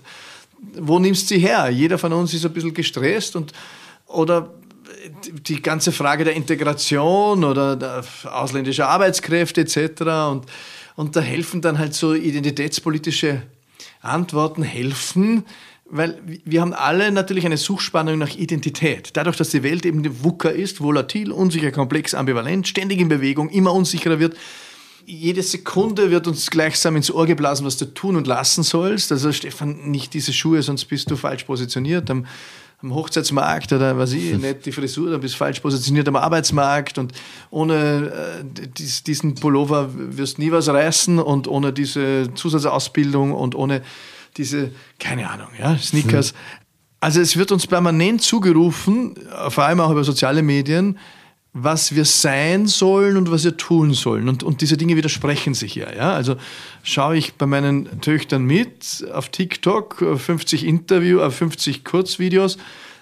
wo nimmst du sie her? Jeder von uns ist ein bisschen gestresst und oder die ganze Frage der Integration oder der ausländischer Arbeitskräfte et cetera. Und, und da helfen dann halt so identitätspolitische Antworten helfen, weil wir haben alle natürlich eine Suchspannung nach Identität. Dadurch, dass die Welt eben die WUKA ist, volatil, unsicher, komplex, ambivalent, ständig in Bewegung, immer unsicherer wird. Jede Sekunde wird uns gleichsam ins Ohr geblasen, was du tun und lassen sollst. Also Stefan, nicht diese Schuhe, sonst bist du falsch positioniert. Am, am Hochzeitsmarkt oder was ich, nicht die Frisur, dann bist du falsch positioniert am Arbeitsmarkt und ohne äh, dies, diesen Pullover wirst du nie was reißen und ohne diese Zusatzausbildung und ohne diese, keine Ahnung, ja, Sneakers. Hm. Also es wird uns permanent zugerufen, vor allem auch über soziale Medien, was wir sein sollen und was wir tun sollen. Und, und diese Dinge widersprechen sich ja, ja. Also schaue ich bei meinen Töchtern mit auf TikTok, fünfzig Interview, fünfzig Kurzvideos.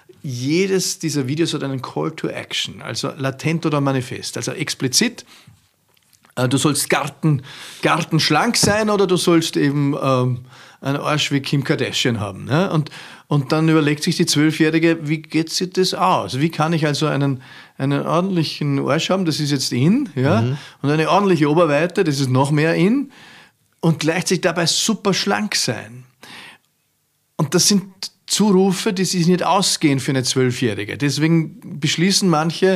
Jedes dieser Videos hat einen Call to Action, also latent oder manifest, also explizit. Du sollst Garten, gartenschlank sein oder du sollst eben ähm, einen Arsch wie Kim Kardashian haben. Ne? Und, und dann überlegt sich die Zwölfjährige, wie geht sich das aus? Wie kann ich also einen, einen ordentlichen Arsch haben, das ist jetzt in, ja? Mhm. Und eine ordentliche Oberweite, das ist noch mehr in, und gleichzeitig dabei super schlank sein. Und das sind Zurufe, die sich nicht ausgehen für eine Zwölfjährige. Deswegen beschließen manche,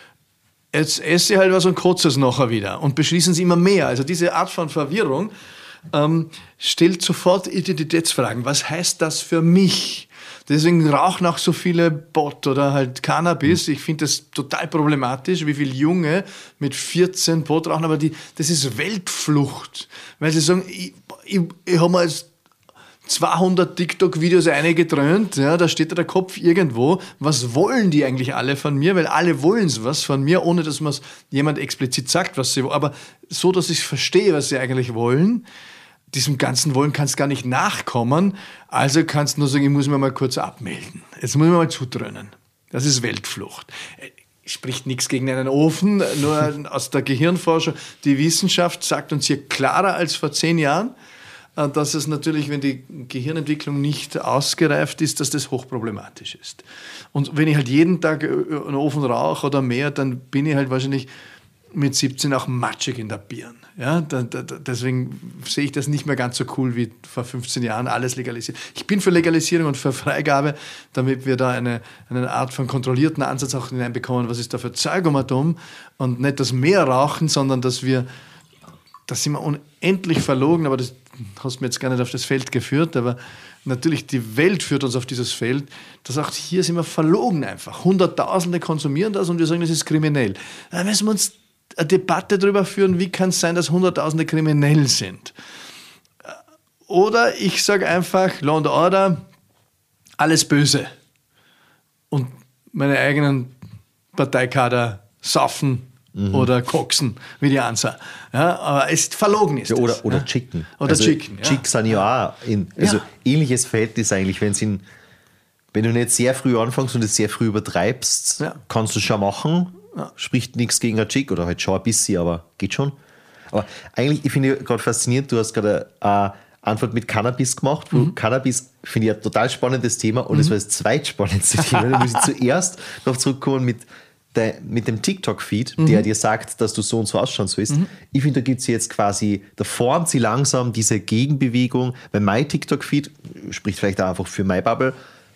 jetzt esse ich halt was und kotze es nachher wieder und beschließen sie immer mehr. Also diese Art von Verwirrung ähm, stellt sofort Identitätsfragen. Was heißt das für mich? Deswegen rauchen auch so viele Pot oder halt Cannabis. Ich finde das total problematisch, wie viele Junge mit vierzehn Pot rauchen, aber die, das ist Weltflucht. Weil sie sagen, ich, ich, ich habe mal jetzt zweihundert TikTok-Videos eingedröhnt, ja, da steht der Kopf irgendwo. Was wollen die eigentlich alle von mir? Weil alle wollen was von mir, ohne dass man jemand explizit sagt, was sie wollen. Aber so, dass ich verstehe, was sie eigentlich wollen, diesem ganzen Wollen kannst du gar nicht nachkommen. Also kannst du nur sagen, ich muss mich mal kurz abmelden. Jetzt muss ich mal zudröhnen. Das ist Weltflucht. Spricht nichts gegen einen Ofen, nur aus der Gehirnforschung. Die Wissenschaft sagt uns hier klarer als vor zehn Jahren, dass es natürlich, wenn die Gehirnentwicklung nicht ausgereift ist, dass das hochproblematisch ist. Und wenn ich halt jeden Tag einen Ofen rauche oder mehr, dann bin ich halt wahrscheinlich mit siebzehn auch matschig in der Birne. Ja, da, da, deswegen sehe ich das nicht mehr ganz so cool wie vor fünfzehn Jahren, alles legalisiert. Ich bin für Legalisierung und für Freigabe, damit wir da eine, eine Art von kontrollierten Ansatz auch hineinbekommen, was ist da für Zeug um atom und nicht das mehr rauchen, sondern dass wir, da sind wir unendlich verlogen, aber das hast mir jetzt gar nicht auf das Feld geführt, aber natürlich die Welt führt uns auf dieses Feld. Das sagt, hier sind wir verlogen einfach. Hunderttausende konsumieren das und wir sagen, das ist kriminell. Da müssen wir uns eine Debatte darüber führen, wie kann es sein, dass Hunderttausende kriminell sind. Oder ich sage einfach, Law and Order, alles böse. Und meine eigenen Parteikader saufen, mhm. oder koksen, wie die Ansa. Ja, aber es verlogen ist ja, oder, das, oder ja? Chicken. Oder also Chicken. Ja. Chicks sind ja auch in, also ja. ähnliches Verhältnis eigentlich, wenn in, wenn du nicht sehr früh anfängst und es sehr früh übertreibst, ja. kannst du schon machen, ja. spricht nichts gegen ein Chick oder halt schon ein bisschen, aber geht schon. Aber eigentlich, ich finde gerade faszinierend, du hast gerade eine Antwort mit Cannabis gemacht. Mhm. Cannabis finde ich ein total spannendes Thema und es mhm. war das zweitspannendste Thema. Da muss ich zuerst noch zurückkommen mit Der, mit dem TikTok-Feed, mhm. der dir sagt, dass du so und so ausschauen sollst. Mhm. Ich finde, da gibt es jetzt quasi, da formt sie langsam diese Gegenbewegung, weil mein TikTok-Feed, spricht vielleicht auch einfach für my Bubble,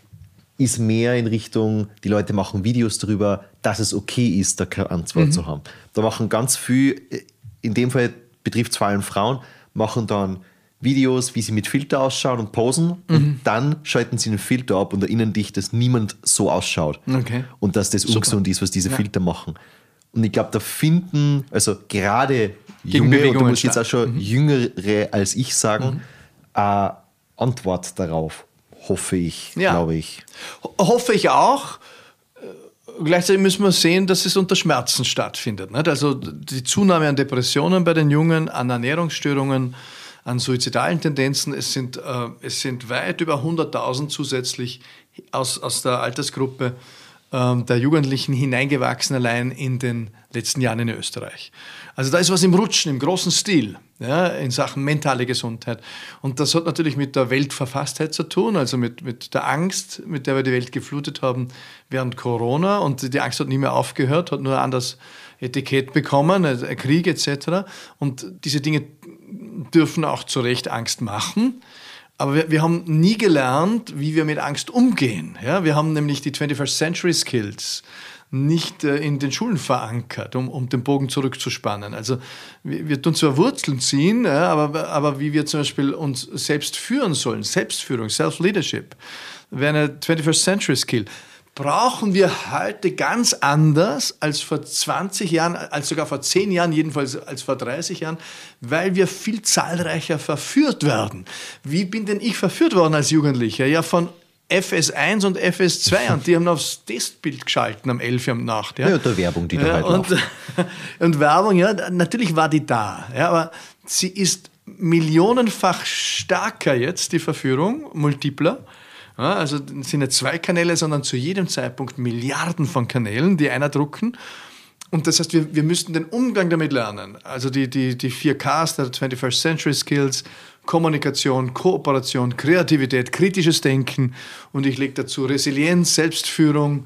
ist mehr in Richtung, die Leute machen Videos darüber, dass es okay ist, da keine Antwort mhm. zu haben. Da machen ganz viel, in dem Fall betrifft es vor allem Frauen, machen dann Videos, wie sie mit Filter ausschauen und posen mhm. und dann schalten sie einen Filter ab und erinnern dich, dass niemand so ausschaut okay. und dass das Super. ungesund ist, was diese ja. Filter machen. Und ich glaube, da finden, also gerade junge, und du musst jetzt auch schon mhm. jüngere als ich sagen, mhm. eine Antwort darauf, hoffe ich, ja. glaube ich. Hoffe ich auch. Gleichzeitig müssen wir sehen, dass es unter Schmerzen stattfindet. Nicht? Also die Zunahme an Depressionen bei den Jungen, an Ernährungsstörungen, an suizidalen Tendenzen. Es sind, äh, es sind weit über hunderttausend zusätzlich aus, aus der Altersgruppe äh, der Jugendlichen hineingewachsen, allein in den letzten Jahren in Österreich. Also da ist was im Rutschen, im großen Stil, ja, in Sachen mentale Gesundheit. Und das hat natürlich mit der Weltverfasstheit zu tun, also mit, mit der Angst, mit der wir die Welt geflutet haben während Corona. Und die Angst hat nie mehr aufgehört, hat nur ein anderes Etikett bekommen, ein Krieg et cetera. Und diese Dinge dürfen auch zu Recht Angst machen. Aber wir, wir haben nie gelernt, wie wir mit Angst umgehen. Ja, wir haben nämlich die twenty-first Century Skills nicht äh, in den Schulen verankert, um, um den Bogen zurückzuspannen. Also wir, wir tun zwar Wurzeln ziehen, ja, aber, aber wie wir zum Beispiel uns selbst führen sollen, Selbstführung, Self-Leadership, wäre eine twenty-first Century Skill. Brauchen wir heute ganz anders als vor zwanzig Jahren, als sogar vor zehn Jahren, jedenfalls als vor dreißig Jahren, weil wir viel zahlreicher verführt werden. Wie bin denn ich verführt worden als Jugendlicher? Ja, von F S eins und F S zwei und die haben aufs Testbild geschalten am elf Uhr am Nacht. Ja, ja der Werbung, die da ja, halt und, läuft. Und Werbung, ja, natürlich war die da, ja, aber sie ist millionenfach stärker jetzt, die Verführung, multipler. Ja, also es sind nicht zwei Kanäle, sondern zu jedem Zeitpunkt Milliarden von Kanälen, die einer drucken. Und das heißt, wir, wir müssten den Umgang damit lernen. Also die, die, die vier Ks der twenty-first Century Skills, Kommunikation, Kooperation, Kreativität, kritisches Denken und ich lege dazu Resilienz, Selbstführung.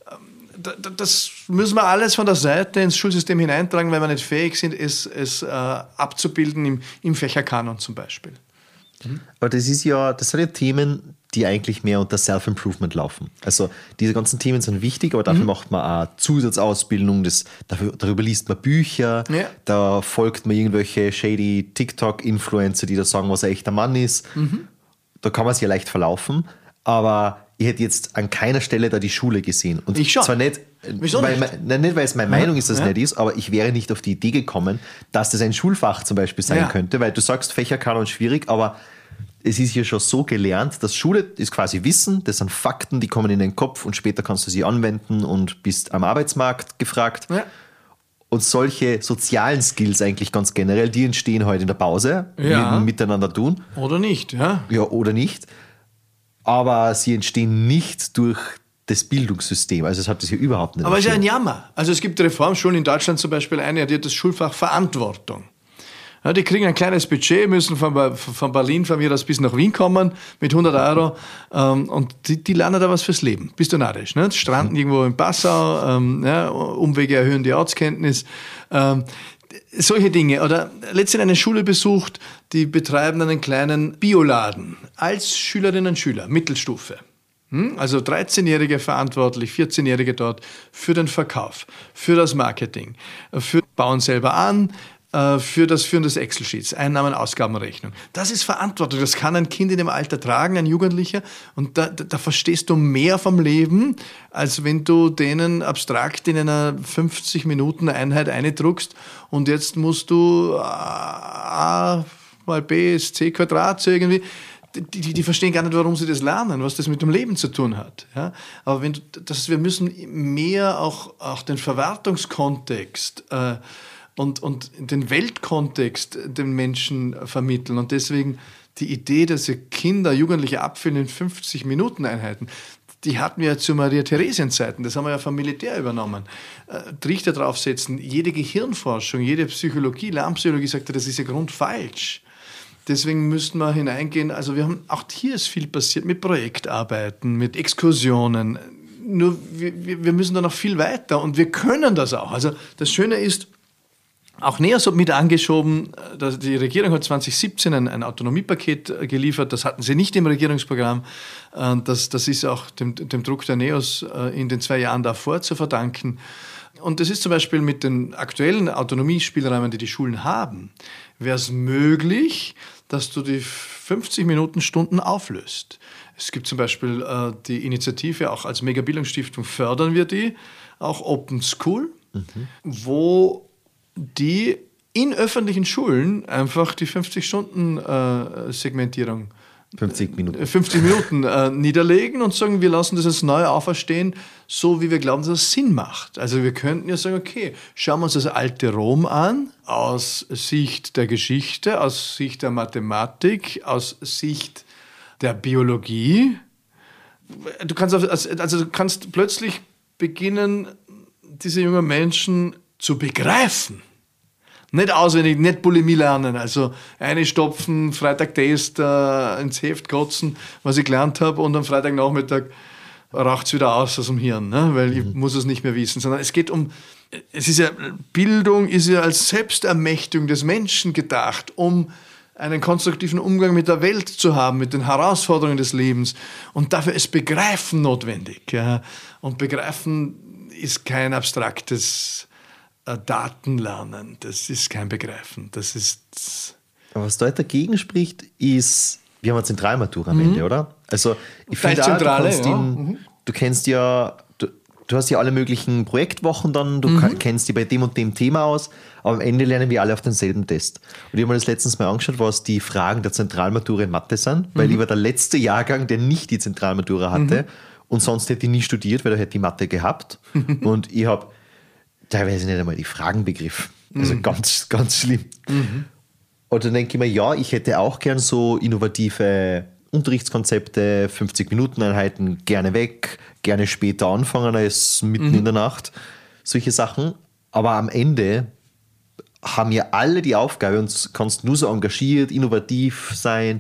Das müssen wir alles von der Seite ins Schulsystem hineintragen, weil wir nicht fähig sind, es, es äh, abzubilden im, im Fächerkanon zum Beispiel. Aber das ist ja, das sind ja Themen, die eigentlich mehr unter Self-Improvement laufen. Also diese ganzen Themen sind wichtig, aber dafür mhm. macht man auch Zusatzausbildung, das, dafür, darüber liest man Bücher, ja. Da folgt man irgendwelche shady TikTok-Influencer, die da sagen, was ein echter Mann ist. Mhm. Da kann man sich ja leicht verlaufen, aber ich hätte jetzt an keiner Stelle da die Schule gesehen. Und ich schon. Zwar nicht, Wieso weil, nicht? Nein, nicht, weil es meine ja. Meinung ist, dass es ja. nicht ist, aber ich wäre nicht auf die Idee gekommen, dass das ein Schulfach zum Beispiel sein ja. könnte, weil du sagst, Fächerkanon schwierig, aber es ist ja schon so gelernt, dass Schule ist quasi Wissen, das sind Fakten, die kommen in den Kopf und später kannst du sie anwenden und bist am Arbeitsmarkt gefragt. Ja. Und solche sozialen Skills eigentlich ganz generell, die entstehen heute in der Pause, ja. miteinander tun. Oder nicht, ja. Ja, oder nicht. Aber sie entstehen nicht durch das Bildungssystem. Also es hat das hier überhaupt nicht. Aber es ist ja ein Jammer. Also es gibt Reformschulen in Deutschland zum Beispiel, eine, die hat das Schulfach Verantwortung. Ja, die kriegen ein kleines Budget, müssen von, von Berlin von mir aus bis nach Wien kommen mit hundert Euro ähm, und die, die lernen da was fürs Leben. Bist du narrisch, ne? Stranden mhm. irgendwo in Passau, ähm, ja, Umwege erhöhen die Ortskenntnis. Ähm, solche Dinge. Oder letztens eine Schule besucht, die betreiben einen kleinen Bioladen als Schülerinnen und Schüler, Mittelstufe. Also dreizehnjährige verantwortlich, vierzehnjährige dort für den Verkauf, für das Marketing, für Bauen selber an, für das Führen des Excel-Sheets, Einnahmen, Ausgabenrechnung. Das ist Verantwortung. Das kann ein Kind in dem Alter tragen, ein Jugendlicher. Und da, da, da verstehst du mehr vom Leben, als wenn du denen abstrakt in einer fünfzig Minuten Einheit eindruckst. Und jetzt musst du A mal B ist C Quadrat so irgendwie. Die, die, die verstehen gar nicht, warum sie das lernen, was das mit dem Leben zu tun hat. Ja? Aber wenn du, das, wir müssen mehr auch, auch den Verwertungskontext äh, und, und den Weltkontext den Menschen vermitteln. Und deswegen die Idee, dass wir Kinder, Jugendliche abfüllen in fünfzig Minuten Einheiten, die hatten wir ja zu Maria-Theresien-Zeiten, das haben wir ja vom Militär übernommen. Äh, Trichter draufsetzen, jede Gehirnforschung, jede Psychologie, Lernpsychologie sagte, das ist ja grundfalsch. Deswegen müssten wir hineingehen, also wir haben, auch hier ist viel passiert mit Projektarbeiten, mit Exkursionen. Nur wir, wir müssen da noch viel weiter und wir können das auch. Also das Schöne ist, auch näher so mit angeschoben, dass die Regierung hat zwanzig siebzehn ein, ein Autonomiepaket geliefert, das hatten sie nicht im Regierungsprogramm. Das, das ist auch dem, dem Druck der NEOS in den zwei Jahren davor zu verdanken. Und das ist zum Beispiel mit den aktuellen Autonomiespielräumen, die die Schulen haben, wäre es möglich, dass du die fünfzig Minuten Stunden auflöst. Es gibt zum Beispiel äh, die Initiative, auch als Megabildungsstiftung fördern wir die, auch Open School, mhm. wo die in öffentlichen Schulen einfach die fünfzig-Stunden-Segmentierung fünfzig Minuten, fünfzig Minuten äh, niederlegen und sagen, wir lassen das jetzt neu auferstehen, so wie wir glauben, dass es Sinn macht. Also wir könnten ja sagen, okay, schauen wir uns das alte Rom an, aus Sicht der Geschichte, aus Sicht der Mathematik, aus Sicht der Biologie. Du kannst, also du kannst plötzlich beginnen, diese jungen Menschen zu begreifen. Nicht auswendig, nicht Bulimie lernen, also eine stopfen, Freitag Test, äh, ins Heft kotzen, was ich gelernt habe, und am Freitagnachmittag raucht es wieder aus aus dem Hirn, ne? Weil ich muss es nicht mehr wissen, sondern es geht um, es ist ja, Bildung ist ja als Selbstermächtigung des Menschen gedacht, um einen konstruktiven Umgang mit der Welt zu haben, mit den Herausforderungen des Lebens, und dafür ist Begreifen notwendig, ja? Und Begreifen ist kein abstraktes äh, Datenlernen, das ist kein Begreifen. Das ist. Aber was dort dagegen spricht, ist, wir haben eine Zentralmatura am Ende, mhm. oder? Also ich finde auch, du, kannst ja. ihn, mhm. du kennst ja, du, du hast ja alle möglichen Projektwochen dann, du mhm. kennst die bei dem und dem Thema aus, aber am Ende lernen wir alle auf denselben Test. Und ich habe mir das letztens mal angeschaut, was die Fragen der Zentralmatura in Mathe sind, weil mhm. ich war der letzte Jahrgang, der nicht die Zentralmatura hatte mhm. und sonst hätte ich nie studiert, weil da hätte ich Mathe gehabt und ich habe teilweise nicht einmal die Fragen begriffen. Also mhm. ganz, ganz schlimm. Mhm. Und dann denke ich mir, ja, ich hätte auch gern so innovative Unterrichtskonzepte, fünfzig-Minuten-Einheiten, gerne weg, gerne später anfangen als mitten mhm. in der Nacht, solche Sachen. Aber am Ende haben ja alle die Aufgabe und kannst nur so engagiert, innovativ sein.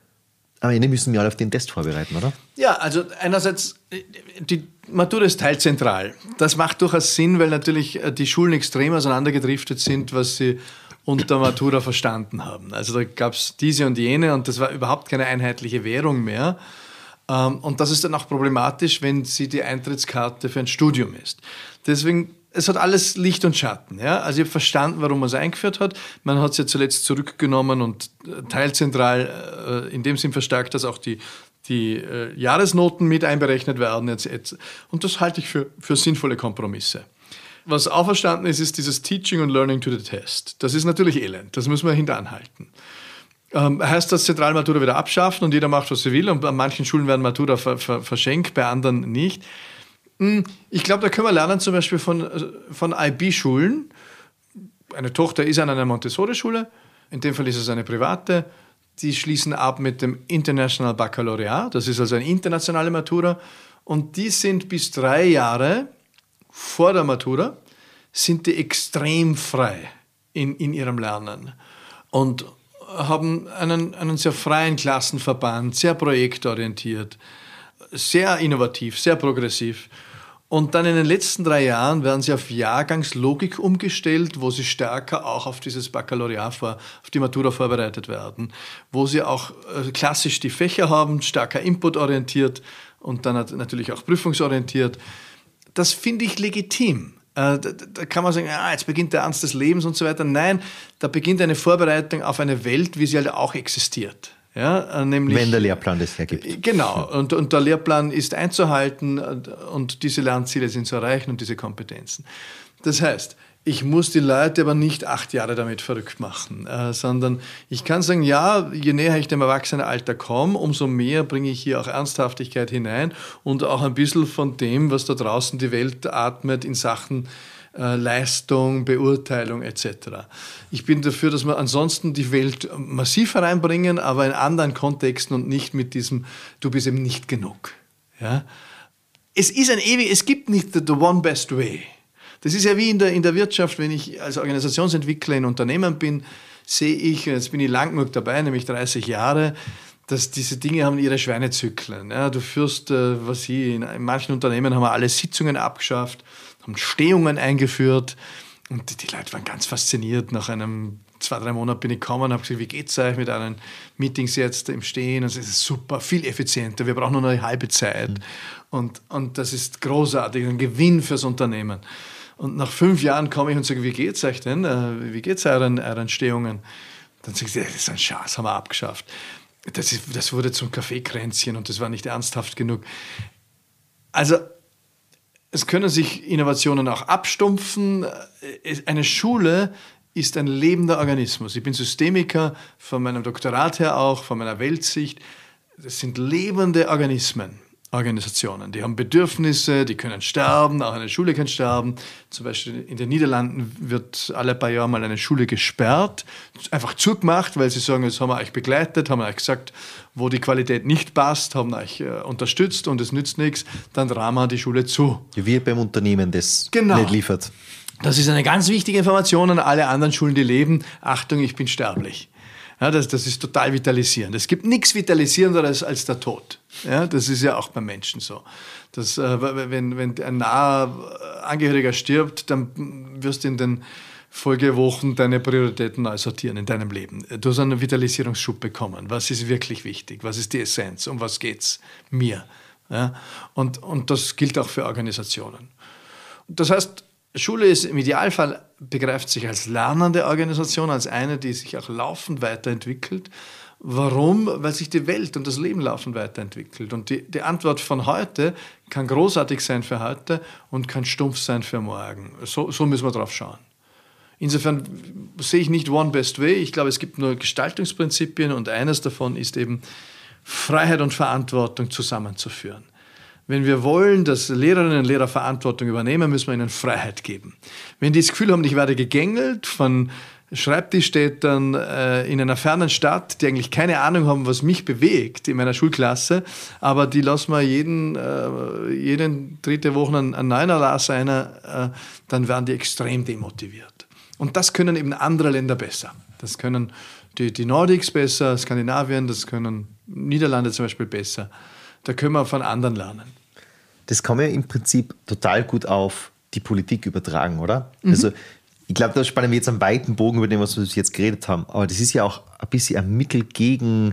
Am Ende müssen wir alle auf den Test vorbereiten, oder? Ja, also einerseits, die Matura ist teilzentral. Das macht durchaus Sinn, weil natürlich die Schulen extrem auseinandergedriftet sind, was sie unter Matura verstanden haben. Also da gab es diese und jene und das war überhaupt keine einheitliche Währung mehr. Und das ist dann auch problematisch, wenn sie die Eintrittskarte für ein Studium ist. Deswegen, es hat alles Licht und Schatten. Ja? Also ich habe verstanden, warum man es eingeführt hat. Man hat es ja zuletzt zurückgenommen und teilzentral in dem Sinn verstärkt, dass auch die, die Jahresnoten mit einberechnet werden. Und das halte ich für, für sinnvolle Kompromisse. Was auch verstanden ist, ist dieses Teaching und Learning to the Test. Das ist natürlich elend, das müssen wir hintanhalten. Ähm, heißt das Zentralmatura wieder abschaffen und jeder macht, was er will und an manchen Schulen werden Matura ver- ver- verschenkt, bei anderen nicht. Ich glaube, da können wir lernen zum Beispiel von, von I B-Schulen. Eine Tochter ist an einer Montessori-Schule, in dem Fall ist es eine private. Die schließen ab mit dem International Baccalaureat, das ist also eine internationale Matura und die sind bis drei Jahre vor der Matura sind die extrem frei in, in ihrem Lernen und haben einen, einen sehr freien Klassenverband, sehr projektorientiert, sehr innovativ, sehr progressiv. Und dann in den letzten drei Jahren werden sie auf Jahrgangslogik umgestellt, wo sie stärker auch auf dieses Baccalaureat, vor, auf die Matura vorbereitet werden, wo sie auch äh, klassisch die Fächer haben, stärker inputorientiert und dann natürlich auch prüfungsorientiert. Das finde ich legitim. Da, da kann man sagen, ja, jetzt beginnt der Ernst des Lebens und so weiter. Nein, da beginnt eine Vorbereitung auf eine Welt, wie sie halt auch existiert. Ja, nämlich, wenn der Lehrplan das hergibt. Genau, und, und der Lehrplan ist einzuhalten und diese Lernziele sind zu erreichen und diese Kompetenzen. Das heißt, ich muss die Leute aber nicht acht Jahre damit verrückt machen, äh, sondern ich kann sagen, ja, je näher ich dem Erwachsenenalter komme, umso mehr bringe ich hier auch Ernsthaftigkeit hinein und auch ein bisschen von dem, was da draußen die Welt atmet in Sachen äh, Leistung, Beurteilung et cetera. Ich bin dafür, dass wir ansonsten die Welt massiv hereinbringen, aber in anderen Kontexten und nicht mit diesem, du bist eben nicht genug. Ja? Es ist ein ewig, es gibt nicht the, the one best way. Das ist ja wie in der, in der Wirtschaft, wenn ich als Organisationsentwickler in Unternehmen bin, sehe ich, jetzt bin ich lang genug dabei, nämlich dreißig Jahre, dass diese Dinge haben ihre Schweinezyklen. Ja, du führst, äh, was ich, in, in manchen Unternehmen haben wir alle Sitzungen abgeschafft, haben Stehungen eingeführt und die, die Leute waren ganz fasziniert. Nach einem zwei, drei Monaten bin ich gekommen und habe gesagt, wie geht's euch mit euren Meetings jetzt im Stehen? Und es ist super, viel effizienter, wir brauchen nur noch eine halbe Zeit. Mhm. Und, und das ist großartig, ein Gewinn fürs Unternehmen. Und nach fünf Jahren komme ich und sage, wie geht's euch denn? Wie geht's euren, euren Stehungen? Dann sagen sie, das ist ein Schatz, haben wir abgeschafft. Das, ist, das wurde zum Kaffeekränzchen und das war nicht ernsthaft genug. Also es können sich Innovationen auch abstumpfen. Eine Schule ist ein lebender Organismus. Ich bin Systemiker, von meinem Doktorat her auch, von meiner Weltsicht. Das sind lebende Organismen. Organisationen. Die haben Bedürfnisse, die können sterben, auch eine Schule kann sterben. Zum Beispiel in den Niederlanden wird alle paar Jahre mal eine Schule gesperrt, einfach zugemacht, weil sie sagen, jetzt haben wir euch begleitet, haben wir euch gesagt, wo die Qualität nicht passt, haben euch äh, unterstützt und es nützt nichts, dann drehen wir die Schule zu. Wie beim Unternehmen, das genau. nicht liefert. Das ist eine ganz wichtige Information an alle anderen Schulen, die leben. Achtung, ich bin sterblich. Ja, das, das ist total vitalisierend. Es gibt nichts Vitalisierenderes als der Tod. Ja, das ist ja auch beim Menschen so. Das, äh, wenn, wenn ein naher Angehöriger stirbt, dann wirst du in den Folgewochen deine Prioritäten neu sortieren in deinem Leben. Du hast einen Vitalisierungsschub bekommen. Was ist wirklich wichtig? Was ist die Essenz? Um was geht's mir? Ja, und, und das gilt auch für Organisationen. Das heißt, Schule ist im Idealfall, begreift sich als lernende Organisation, als eine, die sich auch laufend weiterentwickelt. Warum? Weil sich die Welt und das Leben laufend weiterentwickelt. Und die, die Antwort von heute kann großartig sein für heute und kann stumpf sein für morgen. So, so müssen wir drauf schauen. Insofern sehe ich nicht one best way. Ich glaube, es gibt nur Gestaltungsprinzipien und eines davon ist eben, Freiheit und Verantwortung zusammenzuführen. Wenn wir wollen, dass Lehrerinnen und Lehrer Verantwortung übernehmen, müssen wir ihnen Freiheit geben. Wenn die das Gefühl haben, ich werde gegängelt von Schreibtischtätern äh, in einer fernen Stadt, die eigentlich keine Ahnung haben, was mich bewegt in meiner Schulklasse, aber die lassen wir jeden, äh, jeden dritte Woche einen, einen Neunerlass einer, äh, dann werden die extrem demotiviert. Und das können eben andere Länder besser. Das können die, die Nordics besser, Skandinavien, das können Niederlande zum Beispiel besser. Da können wir von anderen lernen. Das kann man im Prinzip total gut auf die Politik übertragen, oder? Mhm. Also ich glaube, da spannen wir jetzt einen weiten Bogen über dem, was wir jetzt geredet haben. Aber das ist ja auch ein bisschen ein Mittel gegen,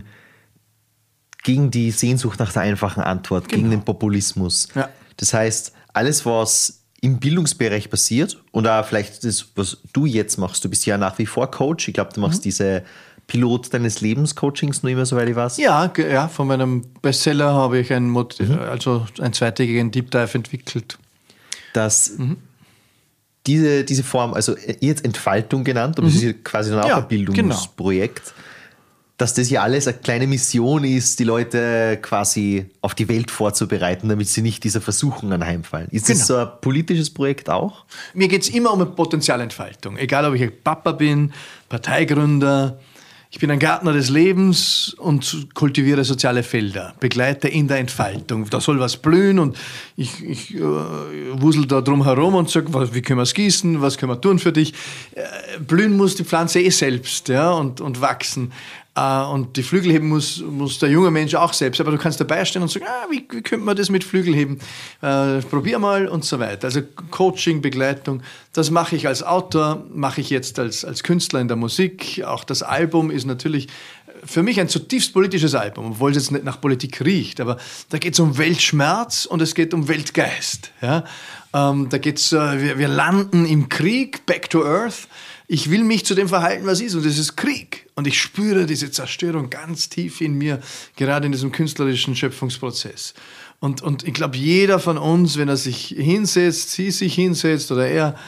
gegen die Sehnsucht nach der einfachen Antwort, genau. Gegen den Populismus. Ja. Das heißt, alles, was im Bildungsbereich passiert und auch vielleicht das, was du jetzt machst, du bist ja nach wie vor Coach. Ich glaube, du machst mhm. diese Pilot deines Lebens-Coachings noch immer, soweit ich weiß. Ja, ja, von meinem Bestseller habe ich einen, Mod- mhm. also einen zweitägigen Deep Dive entwickelt. Das... Mhm. Diese, diese Form, also jetzt Entfaltung genannt, aber es mhm. ist quasi dann auch ja, ein Bildungsprojekt, genau. Dass das ja alles eine kleine Mission ist, die Leute quasi auf die Welt vorzubereiten, damit sie nicht dieser Versuchung anheimfallen. Ist genau. Das so ein politisches Projekt auch? Mir geht es immer um eine Potenzialentfaltung. Egal, ob ich ein Papa bin, Parteigründer, ich bin ein Gärtner des Lebens und kultiviere soziale Felder, begleite in der Entfaltung. Da soll was blühen und ich, ich äh, wusel da drum herum und sage, wie können wir es gießen, was können wir tun für dich. Äh, blühen muss die Pflanze eh selbst, ja, und, und wachsen. Äh, und die Flügel heben muss, muss der junge Mensch auch selbst. Aber du kannst dabei stehen und sagen, ah, wie, wie könnte man das mit Flügel heben? Äh, probier mal und so weiter. Also Coaching, Begleitung, das mache ich als Autor, mache ich jetzt als, als Künstler in der Musik. Auch das Album ist natürlich für mich ein zutiefst politisches Album, obwohl es jetzt nicht nach Politik riecht. Aber da geht es um Weltschmerz und es geht um Weltgeist. Ja? Ähm, da geht's, äh, wir, wir landen im Krieg, back to earth. Ich will mich zu dem verhalten, was ist, und das ist Krieg. Und ich spüre diese Zerstörung ganz tief in mir, gerade in diesem künstlerischen Schöpfungsprozess. Und, und ich glaube, jeder von uns, wenn er sich hinsetzt, sie sich hinsetzt oder er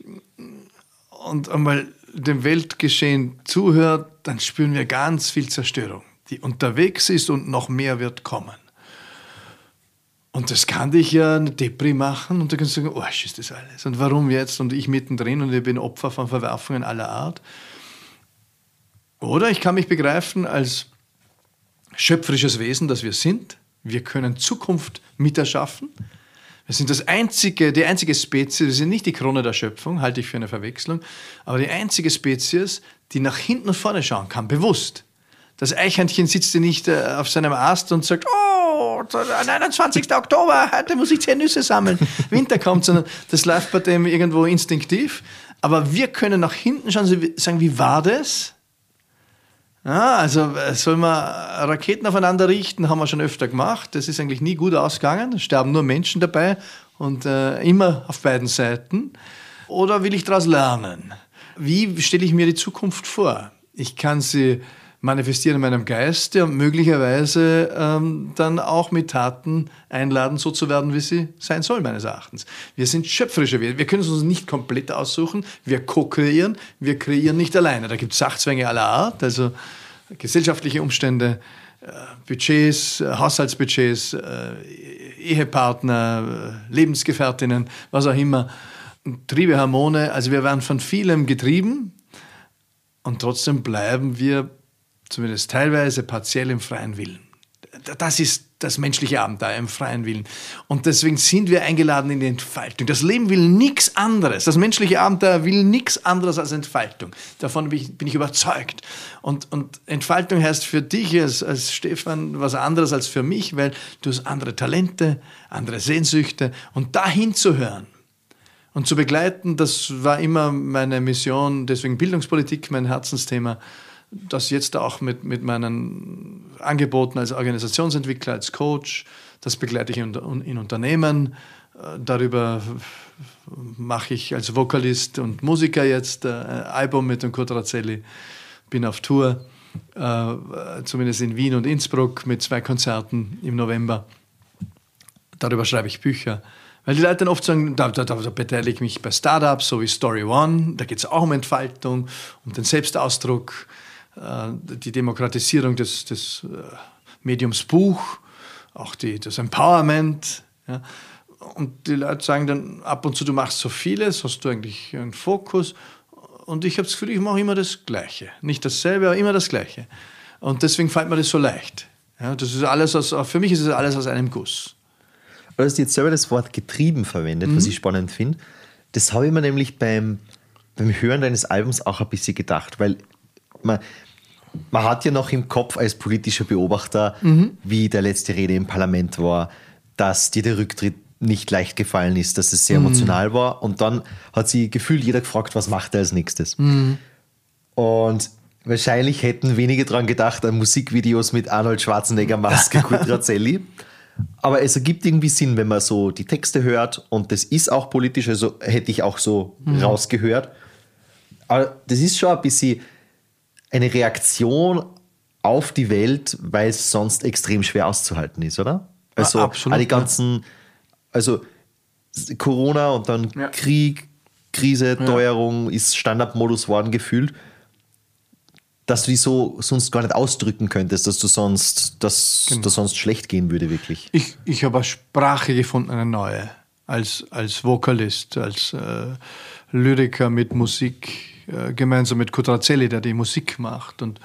und einmal dem Weltgeschehen zuhört, dann spüren wir ganz viel Zerstörung, die unterwegs ist und noch mehr wird kommen. Und das kann dich ja eine Depri machen und du kannst sagen, oh, ist das alles. Und warum jetzt? Und ich mittendrin und ich bin Opfer von Verwerfungen aller Art. Oder ich kann mich begreifen als schöpferisches Wesen, das wir sind. Wir können Zukunft miterschaffen. Wir sind das einzige, die einzige Spezies, wir sind nicht die Krone der Schöpfung, halte ich für eine Verwechslung, aber die einzige Spezies, die nach hinten und vorne schauen kann, bewusst. Das Eichhörnchen sitzt ja nicht äh, auf seinem Ast und sagt, oh, einundzwanzigsten Oktober, heute muss ich zehn Nüsse sammeln. Winter kommt, sondern das läuft bei dem irgendwo instinktiv. Aber wir können nach hinten schauen und sagen, wie war das? Ja, also soll man Raketen aufeinander richten, haben wir schon öfter gemacht. Das ist eigentlich nie gut ausgegangen. Es sterben nur Menschen dabei und äh, immer auf beiden Seiten. Oder will ich daraus lernen? Wie stelle ich mir die Zukunft vor? Ich kann sie manifestieren in meinem Geiste und möglicherweise ähm, dann auch mit Taten einladen, so zu werden, wie sie sein soll, meines Erachtens. Wir sind schöpferische Wesen. Wir können es uns nicht komplett aussuchen. Wir co-kreieren. Wir kreieren nicht alleine. Da gibt es Sachzwänge aller Art, also gesellschaftliche Umstände, äh, Budgets, äh, Haushaltsbudgets, äh, Ehepartner, äh, Lebensgefährtinnen, was auch immer. Triebe, Hormone. Also wir werden von vielem getrieben und trotzdem bleiben wir zumindest teilweise partiell im freien Willen. Das ist das menschliche Abenteuer, im freien Willen. Und deswegen sind wir eingeladen in die Entfaltung. Das Leben will nichts anderes. Das menschliche Abenteuer will nichts anderes als Entfaltung. Davon bin ich, bin ich überzeugt. Und, und Entfaltung heißt für dich als, als Stefan was anderes als für mich, weil du hast andere Talente, andere Sehnsüchte. Und dahin zu hören und zu begleiten, das war immer meine Mission. Deswegen Bildungspolitik, mein Herzensthema. Das jetzt auch mit, mit meinen Angeboten als Organisationsentwickler, als Coach, das begleite ich in, in Unternehmen. Darüber mache ich als Vokalist und Musiker jetzt äh, ein Album mit dem Kurt Razzelli. Bin auf Tour, äh, zumindest in Wien und Innsbruck mit zwei Konzerten im November. Darüber schreibe ich Bücher. Weil die Leute dann oft sagen, da, da, da beteilige ich mich bei Startups, so wie Story One. Da geht es auch um Entfaltung, um den Selbstausdruck, äh, die Demokratisierung des, des äh, Mediums Buch, auch die, das Empowerment. Ja. Und die Leute sagen dann ab und zu, du machst so vieles, hast du eigentlich einen Fokus? Und ich habe das Gefühl, ich mache immer das Gleiche. Nicht dasselbe, aber immer das Gleiche. Und deswegen fällt mir das so leicht. Ja, das ist alles aus, für mich ist es alles aus einem Guss. Du hast jetzt selber das Wort getrieben verwendet, mhm. was ich spannend finde. Das habe ich mir nämlich beim, beim Hören deines Albums auch ein bisschen gedacht, weil man, man hat ja noch im Kopf als politischer Beobachter, mhm. wie der letzte Rede im Parlament war, dass dir der Rücktritt nicht leicht gefallen ist, dass es sehr mhm. emotional war. Und dann hat sich gefühlt jeder gefragt, was macht er als nächstes. Mhm. Und wahrscheinlich hätten wenige daran gedacht, an Musikvideos mit Arnold Schwarzenegger, Maske, Kurt Razzelli. Aber es ergibt irgendwie Sinn, wenn man so die Texte hört und das ist auch politisch, also hätte ich auch so mhm. rausgehört. Aber das ist schon ein bisschen eine Reaktion auf die Welt, weil es sonst extrem schwer auszuhalten ist, oder? Also ja, absolut, die ganzen, ja. also Corona und dann ja. Krieg, Krise, Teuerung ja. ist Standardmodus worden gefühlt, dass du die so sonst gar nicht ausdrücken könntest, dass du sonst, dass genau. das sonst schlecht gehen würde, wirklich. Ich, ich habe eine Sprache gefunden, eine neue, als, als Vokalist, als äh, Lyriker mit Musik, äh, gemeinsam mit Kurt Razzelli, der die Musik macht. Und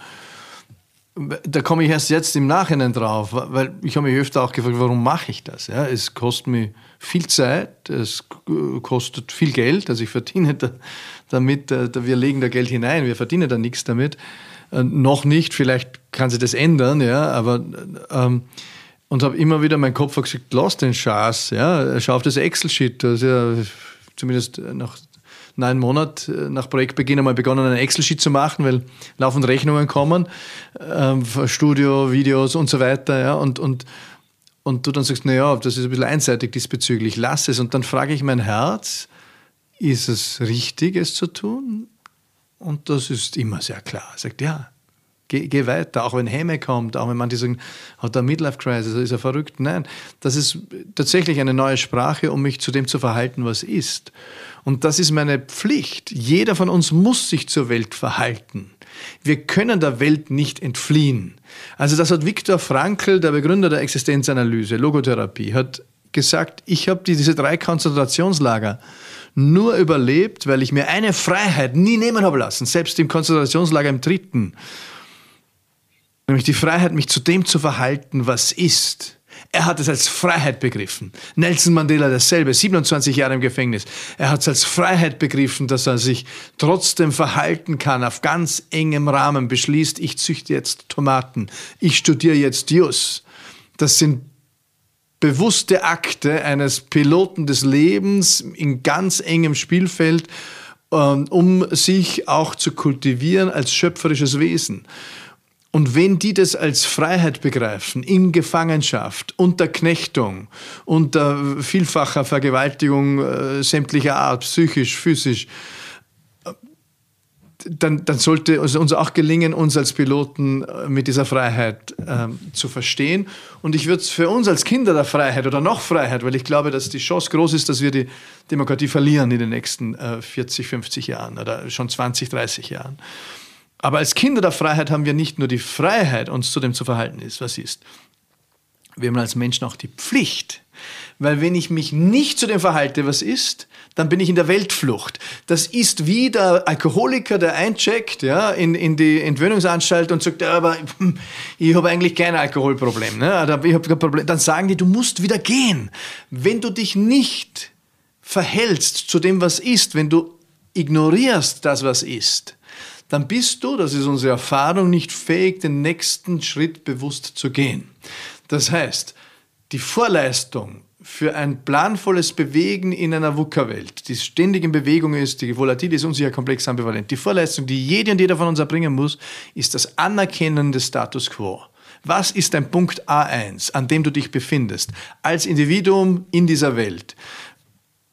da komme ich erst jetzt im Nachhinein drauf, weil ich habe mich öfter auch gefragt, warum mache ich das? Ja, es kostet mir viel Zeit, es kostet viel Geld, also ich verdiene da, damit, wir legen da Geld hinein, wir verdienen da nichts damit. Äh, noch nicht, vielleicht kann sich das ändern, ja, aber ähm, und habe immer wieder meinen Kopf gesagt, lass den Schaß, ja, schau auf das Excel-Sheet, das ist ja zumindest nach neun Monaten nach Projektbeginn einmal begonnen, einen Excel-Sheet zu machen, weil laufend Rechnungen kommen, ähm, Studio, Videos und so weiter, ja, und, und, und du dann sagst, naja, das ist ein bisschen einseitig diesbezüglich, lass es. Und dann frage ich mein Herz, ist es richtig, es zu tun? Und das ist immer sehr klar. Er sagt, ja, geh, geh weiter, auch wenn Häme kommt, auch wenn manche sagen, hat er Midlife-Crisis, ist er verrückt? Nein, das ist tatsächlich eine neue Sprache, um mich zu dem zu verhalten, was ist. Und das ist meine Pflicht. Jeder von uns muss sich zur Welt verhalten. Wir können der Welt nicht entfliehen. Also das hat Viktor Frankl, der Begründer der Existenzanalyse, Logotherapie, hat gesagt, ich habe diese drei Konzentrationslager nur überlebt, weil ich mir eine Freiheit nie nehmen habe lassen, selbst im Konzentrationslager im dritten. Nämlich die Freiheit, mich zu dem zu verhalten, was ist. Er hat es als Freiheit begriffen. Nelson Mandela dasselbe, siebenundzwanzig Jahre im Gefängnis. Er hat es als Freiheit begriffen, dass er sich trotzdem verhalten kann, auf ganz engem Rahmen beschließt, ich züchte jetzt Tomaten, ich studiere jetzt Jus. Das sind bewusste Akte eines Piloten des Lebens in ganz engem Spielfeld, um sich auch zu kultivieren als schöpferisches Wesen. Und wenn die das als Freiheit begreifen, in Gefangenschaft, unter Knechtung, unter vielfacher Vergewaltigung äh, sämtlicher Art, psychisch, physisch, Dann, dann sollte es uns auch gelingen, uns als Piloten mit dieser Freiheit ähm, zu verstehen. Und ich würde es für uns als Kinder der Freiheit oder noch Freiheit, weil ich glaube, dass die Chance groß ist, dass wir die Demokratie verlieren in den nächsten äh, vierzig, fünfzig Jahren oder schon zwanzig, dreißig Jahren. Aber als Kinder der Freiheit haben wir nicht nur die Freiheit, uns zu dem zu verhalten ist, was ist. Wir haben als Menschen auch die Pflicht. Weil wenn ich mich nicht zu dem verhalte, was ist, dann bin ich in der Weltflucht. Das ist wie der Alkoholiker, der eincheckt ja, in, in die Entwöhnungsanstalt und sagt, ja, aber ich habe eigentlich kein Alkoholproblem. Ne? Ich hab kein Problem. Dann sagen die, du musst wieder gehen. Wenn du dich nicht verhältst zu dem, was ist, wenn du ignorierst das, was ist, dann bist du, das ist unsere Erfahrung, nicht fähig, den nächsten Schritt bewusst zu gehen. Das heißt, die Vorleistung für ein planvolles Bewegen in einer V U C A-Welt, die ständig in Bewegung ist, die volatil ist, unsicher, komplex, ambivalent. Die Vorleistung, die jede und jeder von uns erbringen muss, ist das Anerkennen des Status quo. Was ist ein Punkt A eins, an dem du dich befindest, als Individuum in dieser Welt?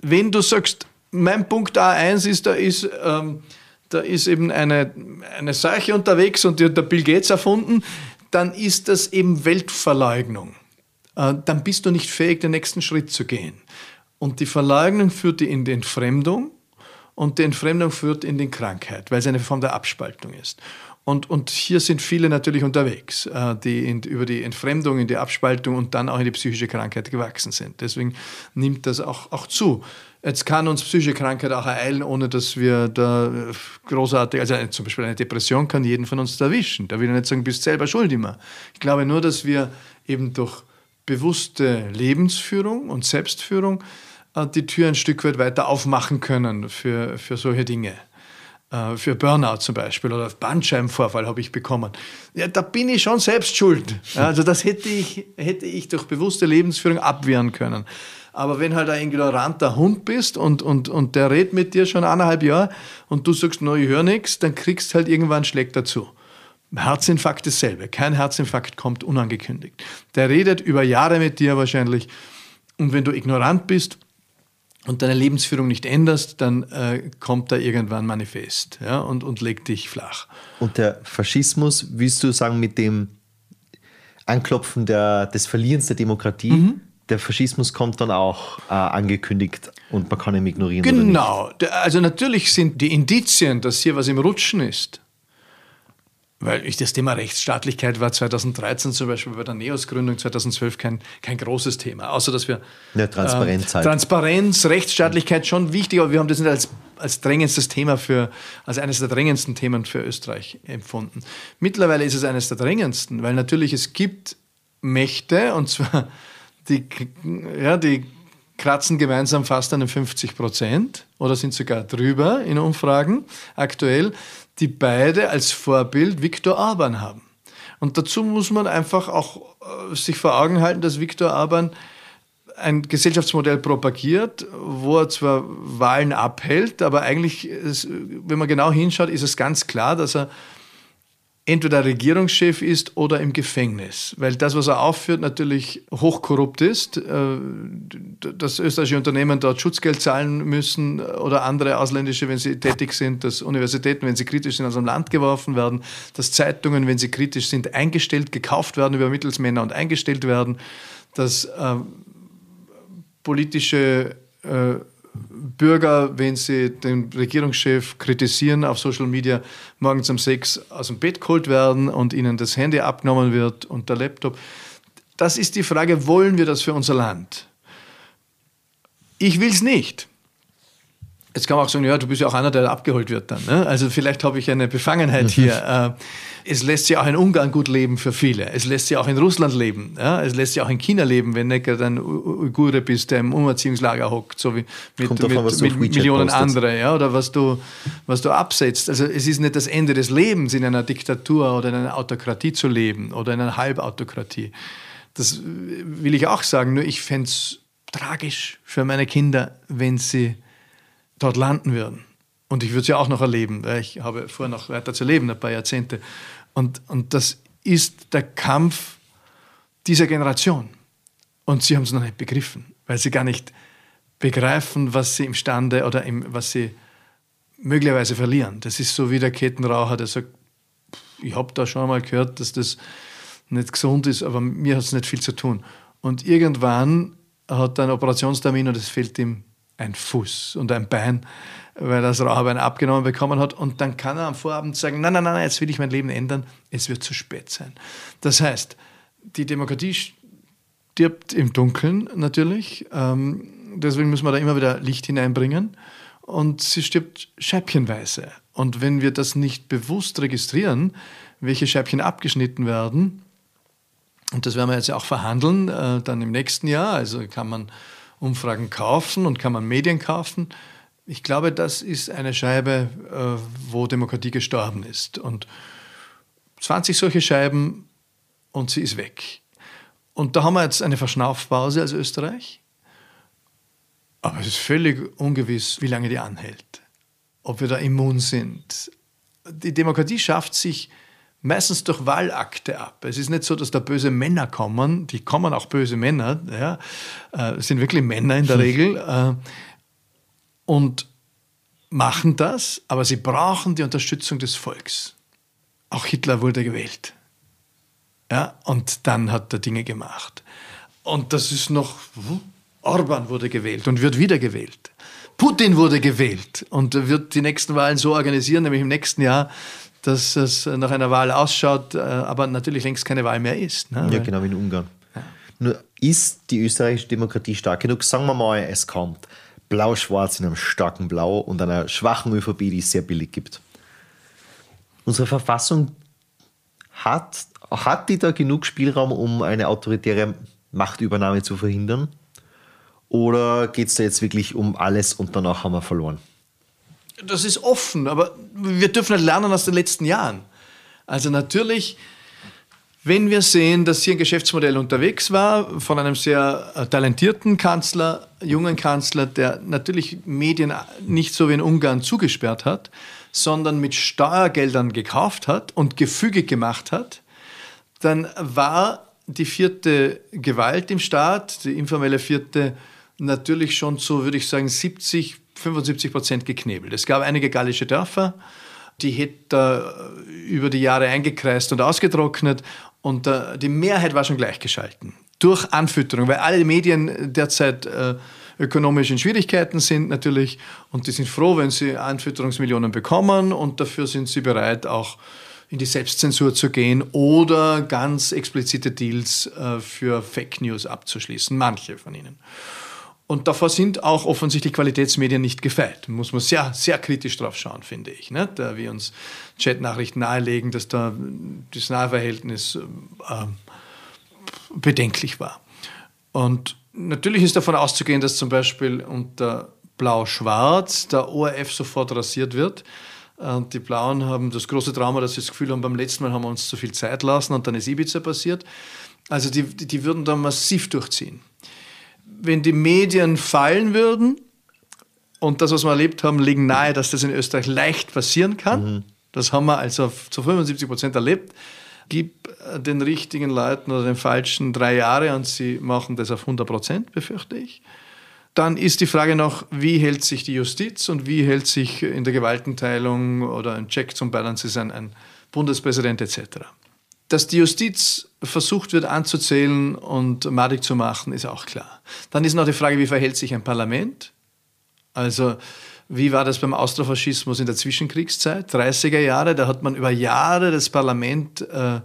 wenn du sagst, mein Punkt A eins ist, da ist, ähm, da ist eben eine, eine Seuche unterwegs und die hat der Bill Gates erfunden, dann ist das eben Weltverleugnung. Äh, dann bist du nicht fähig, den nächsten Schritt zu gehen. Und die Verleugnung führt dich in die Entfremdung und die Entfremdung führt in die Krankheit, weil es eine Form der Abspaltung ist. Und, und hier sind viele natürlich unterwegs, äh, die in, über die Entfremdung, in die Abspaltung und dann auch in die psychische Krankheit gewachsen sind. Deswegen nimmt das auch, auch zu. Jetzt kann uns psychische Krankheit auch ereilen, ohne dass wir da großartig, also zum Beispiel eine Depression kann jeden von uns erwischen. Da will ich nicht sagen, du bist selber schuld immer. Ich glaube nur, dass wir eben durch bewusste Lebensführung und Selbstführung äh, die Tür ein Stück weit weiter aufmachen können für, für solche Dinge. Für Burnout zum Beispiel oder Bandscheibenvorfall habe ich bekommen. Ja, da bin ich schon selbst schuld. Also das hätte ich, hätte ich durch bewusste Lebensführung abwehren können. Aber wenn halt ein ignoranter Hund bist und, und, und der redet mit dir schon eineinhalb Jahre und du sagst, no, ich höre nichts, dann kriegst du halt irgendwann einen Schlag dazu. Herzinfarkt dasselbe. Kein Herzinfarkt kommt unangekündigt. Der redet über Jahre mit dir wahrscheinlich. Und wenn du ignorant bist und deine Lebensführung nicht änderst, dann äh, kommt da irgendwann manifest, ja, und, und legt dich flach. Und der Faschismus, willst du sagen, mit dem Anklopfen der, des Verlierens der Demokratie, mhm. der Faschismus kommt dann auch äh, angekündigt und man kann ihn ignorieren? Genau. Oder nicht? Also natürlich sind die Indizien, dass hier was im Rutschen ist, weil ich, das Thema Rechtsstaatlichkeit war zweitausenddreizehn zum Beispiel bei der NEOS-Gründung zweitausendzwölf kein, kein großes Thema, außer dass wir ja, Transparenz, äh, halt. Transparenz, Rechtsstaatlichkeit schon wichtig, aber wir haben das nicht als, als drängendstes Thema für, als eines der drängendsten Themen für Österreich empfunden. Mittlerweile ist es eines der drängendsten, weil natürlich es gibt Mächte, und zwar die, ja, die kratzen gemeinsam fast an den fünfzig Prozent oder sind sogar drüber in Umfragen aktuell, die beide als Vorbild Viktor Orban haben. Und dazu muss man einfach auch äh, sich vor Augen halten, dass Viktor Orban ein Gesellschaftsmodell propagiert, wo er zwar Wahlen abhält, aber eigentlich, ist, wenn man genau hinschaut, ist es ganz klar, dass er entweder Regierungschef ist oder im Gefängnis. Weil das, was er aufführt, natürlich hochkorrupt ist. Dass österreichische Unternehmen dort Schutzgeld zahlen müssen oder andere ausländische, wenn sie tätig sind, dass Universitäten, wenn sie kritisch sind, aus dem Land geworfen werden, dass Zeitungen, wenn sie kritisch sind, eingestellt, gekauft werden über Mittelsmänner und eingestellt werden, dass äh, politische äh, Bürger, wenn sie den Regierungschef kritisieren auf Social Media, morgens um sechs aus dem Bett geholt werden und ihnen das Handy abgenommen wird und der Laptop. Das ist die Frage, wollen wir das für unser Land? Ich will es nicht. Jetzt kann man auch sagen, ja, du bist ja auch einer, der abgeholt wird dann. Ne? Also vielleicht habe ich eine Befangenheit hier. Es lässt sich auch in Ungarn gut leben für viele. Es lässt sich auch in Russland leben. Ja? Es lässt sich auch in China leben, wenn nicht gerade ein Uigure bist, der im Umerziehungslager hockt, so wie mit, davon, mit, mit Millionen andere, ja? Oder was du, was du absetzt. Also es ist nicht das Ende des Lebens, in einer Diktatur oder in einer Autokratie zu leben oder in einer Halbautokratie. Das will ich auch sagen, nur ich fände es tragisch für meine Kinder, wenn sie dort landen würden. Und ich würde es ja auch noch erleben, weil ich habe vor, noch weiter zu leben, ein paar Jahrzehnte. Und, und das ist der Kampf dieser Generation. Und sie haben es noch nicht begriffen, weil sie gar nicht begreifen, was sie imstande oder im, was sie möglicherweise verlieren. Das ist so wie der Kettenraucher, der sagt, ich habe da schon mal gehört, dass das nicht gesund ist, aber mir hat es nicht viel zu tun. Und irgendwann hat er einen Operationstermin und es fehlt ihm ein Fuß und ein Bein, weil er das Raucherbein abgenommen bekommen hat. Und dann kann er am Vorabend sagen, nein, nein, nein, jetzt will ich mein Leben ändern, es wird zu spät sein. Das heißt, die Demokratie stirbt im Dunkeln natürlich, ähm, deswegen müssen wir da immer wieder Licht hineinbringen und sie stirbt scheibchenweise. Und wenn wir das nicht bewusst registrieren, welche Scheibchen abgeschnitten werden, und das werden wir jetzt auch verhandeln, äh, dann im nächsten Jahr, also kann man Umfragen kaufen und kann man Medien kaufen. Ich glaube, das ist eine Scheibe, wo Demokratie gestorben ist. Und zwanzig solche Scheiben und sie ist weg. Und da haben wir jetzt eine Verschnaufpause als Österreich. Aber es ist völlig ungewiss, wie lange die anhält. Ob wir da immun sind. Die Demokratie schafft sich meistens durch Wahlakte ab. Es ist nicht so, dass da böse Männer kommen. Die kommen auch böse Männer. Ja, äh, sind wirklich Männer in der Regel. Äh, und machen das, aber sie brauchen die Unterstützung des Volks. Auch Hitler wurde gewählt. Ja, und dann hat er Dinge gemacht. Und das ist noch, Orban wurde gewählt und wird wieder gewählt. Putin wurde gewählt und wird die nächsten Wahlen so organisieren, nämlich im nächsten Jahr, dass es nach einer Wahl ausschaut, aber natürlich längst keine Wahl mehr ist. Ne? Ja, genau wie in Ungarn. Ja. Nur ist die österreichische Demokratie stark genug? Sagen wir mal, es kommt Blau-Schwarz in einem starken Blau und einer schwachen ÖVP, die es sehr billig gibt. Unsere Verfassung hat, hat die da genug Spielraum, um eine autoritäre Machtübernahme zu verhindern? Oder geht es da jetzt wirklich um alles und danach haben wir verloren? Das ist offen, aber wir dürfen nicht lernen aus den letzten Jahren. Also natürlich, wenn wir sehen, dass hier ein Geschäftsmodell unterwegs war von einem sehr talentierten Kanzler, jungen Kanzler, der natürlich Medien nicht so wie in Ungarn zugesperrt hat, sondern mit Steuergeldern gekauft hat und gefügig gemacht hat, dann war die vierte Gewalt im Staat, die informelle vierte, natürlich schon zu, würde ich sagen, siebzig, fünfundsiebzig Prozent geknebelt. Es gab einige gallische Dörfer, die hätte über die Jahre eingekreist und ausgetrocknet und die Mehrheit war schon gleichgeschalten. Durch Anfütterung, weil alle Medien derzeit äh, ökonomisch in Schwierigkeiten sind natürlich und die sind froh, wenn sie Anfütterungsmillionen bekommen und dafür sind sie bereit, auch in die Selbstzensur zu gehen oder ganz explizite Deals äh, für Fake News abzuschließen, manche von ihnen. Und davor sind auch offensichtlich Qualitätsmedien nicht gefeit. Da muss man sehr, sehr kritisch drauf schauen, finde ich. Ne? Da wir uns Chatnachrichten nahelegen, dass da das Nahverhältnis äh, bedenklich war. Und natürlich ist davon auszugehen, dass zum Beispiel unter Blau-Schwarz der O R F sofort rasiert wird. Und die Blauen haben das große Trauma, dass sie das Gefühl haben, beim letzten Mal haben wir uns zu viel Zeit lassen und dann ist Ibiza passiert. Also die, die würden da massiv durchziehen. Wenn die Medien fallen würden, und das, was wir erlebt haben, liegen nahe, dass das in Österreich leicht passieren kann, mhm. das haben wir also zu fünfundsiebzig Prozent erlebt, gib den richtigen Leuten oder den falschen drei Jahre und sie machen das auf hundert Prozent, befürchte ich. Dann ist die Frage noch, wie hält sich die Justiz und wie hält sich in der Gewaltenteilung oder ein Check zum Balances ein, ein Bundespräsident et cetera. Dass die Justiz versucht wird anzuzählen und madig zu machen, ist auch klar. Dann ist noch die Frage, wie verhält sich ein Parlament? Also wie war das beim Austrofaschismus in der Zwischenkriegszeit, dreißiger Jahre? Da hat man über Jahre das Parlament äh,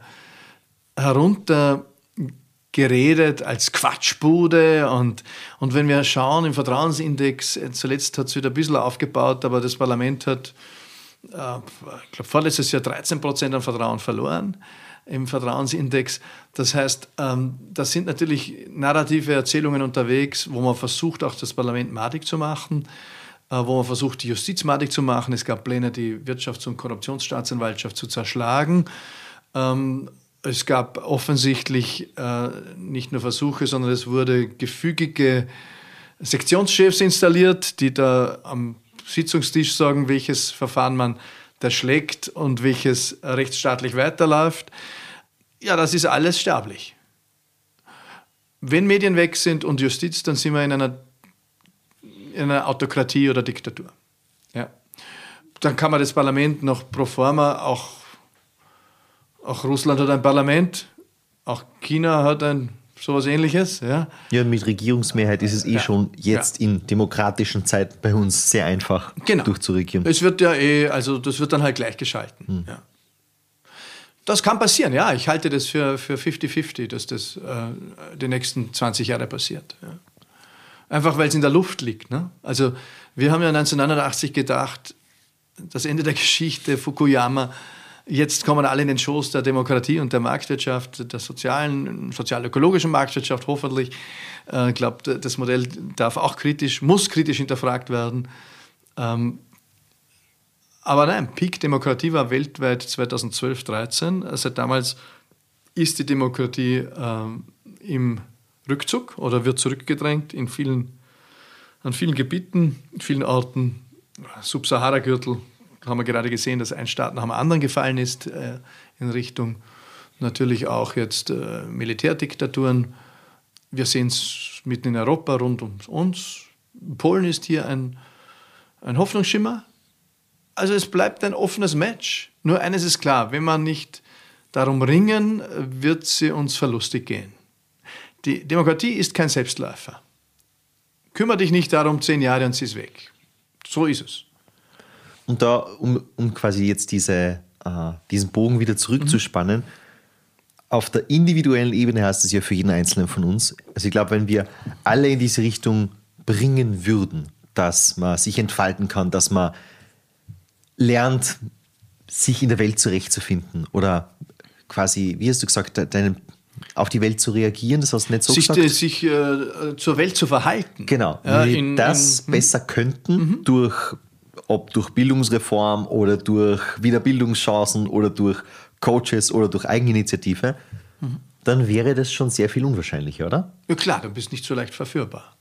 heruntergeredet als Quatschbude. Und, und wenn wir schauen im Vertrauensindex, zuletzt hat es wieder ein bisschen aufgebaut, aber das Parlament hat, äh, ich glaube, vorletztes Jahr dreizehn Prozent an Vertrauen verloren im Vertrauensindex. Das heißt, ähm, da sind natürlich narrative Erzählungen unterwegs, wo man versucht, auch das Parlament madig zu machen, äh, wo man versucht, die Justiz madig zu machen. Es gab Pläne, die Wirtschafts- und Korruptionsstaatsanwaltschaft zu zerschlagen. Ähm, es gab offensichtlich äh, nicht nur Versuche, sondern es wurde gefügige Sektionschefs installiert, die da am Sitzungstisch sagen, welches Verfahren man da schlägt und welches rechtsstaatlich weiterläuft. Ja, das ist alles sterblich. Wenn Medien weg sind und Justiz, dann sind wir in einer, in einer Autokratie oder Diktatur. Ja. Dann kann man das Parlament noch pro forma, auch, auch Russland hat ein Parlament, auch China hat ein sowas Ähnliches. Ja, ja, mit Regierungsmehrheit ist es eh ja. schon jetzt ja. in demokratischen Zeiten bei uns sehr einfach genau. durchzuregieren. Es wird ja eh, also das wird dann halt gleichgeschalten. Hm. Ja. Das kann passieren, ja. Ich halte das für, für fünfzig fünfzig, dass das äh, die nächsten zwanzig Jahre passiert. Ja. Einfach, weil es in der Luft liegt. Ne? Also wir haben ja neunzehnhundertneunundachtzig gedacht, das Ende der Geschichte, Fukuyama, jetzt kommen alle in den Schoß der Demokratie und der Marktwirtschaft, der sozialen, sozial-ökologischen Marktwirtschaft hoffentlich. Ich glaube, das Modell darf auch kritisch, muss kritisch hinterfragt werden. Aber nein, Peak Demokratie war weltweit zweitausendzwölf, dreizehn. Seit damals ist die Demokratie im Rückzug oder wird zurückgedrängt in vielen, an vielen Gebieten, in vielen Orten, Subsahara-Gürtel. Haben wir gerade gesehen, dass ein Staat nach dem anderen gefallen ist äh, in Richtung natürlich auch jetzt äh, Militärdiktaturen. Wir sehen es mitten in Europa rund um uns. Polen ist hier ein, ein Hoffnungsschimmer. Also es bleibt ein offenes Match. Nur eines ist klar, wenn wir nicht darum ringen, wird sie uns verlustig gehen. Die Demokratie ist kein Selbstläufer. Kümmere dich nicht darum, zehn Jahre und sie ist weg. So ist es. Und da, um, um quasi jetzt diese, uh, diesen Bogen wieder zurückzuspannen, mhm. auf der individuellen Ebene heißt es ja für jeden Einzelnen von uns. Also ich glaube, wenn wir alle in diese Richtung bringen würden, dass man sich entfalten kann, dass man lernt, sich in der Welt zurechtzufinden oder quasi, wie hast du gesagt, deinen, auf die Welt zu reagieren, das hast du nicht so sich, gesagt? Sich äh, zur Welt zu verhalten. Genau, ja, wenn wir in, das in, besser könnten, mhm. durch, ob durch Bildungsreform oder durch Wiederbildungschancen oder durch Coaches oder durch Eigeninitiative, mhm. dann wäre das schon sehr viel unwahrscheinlicher, oder? Ja klar, du bist nicht so leicht verführbar.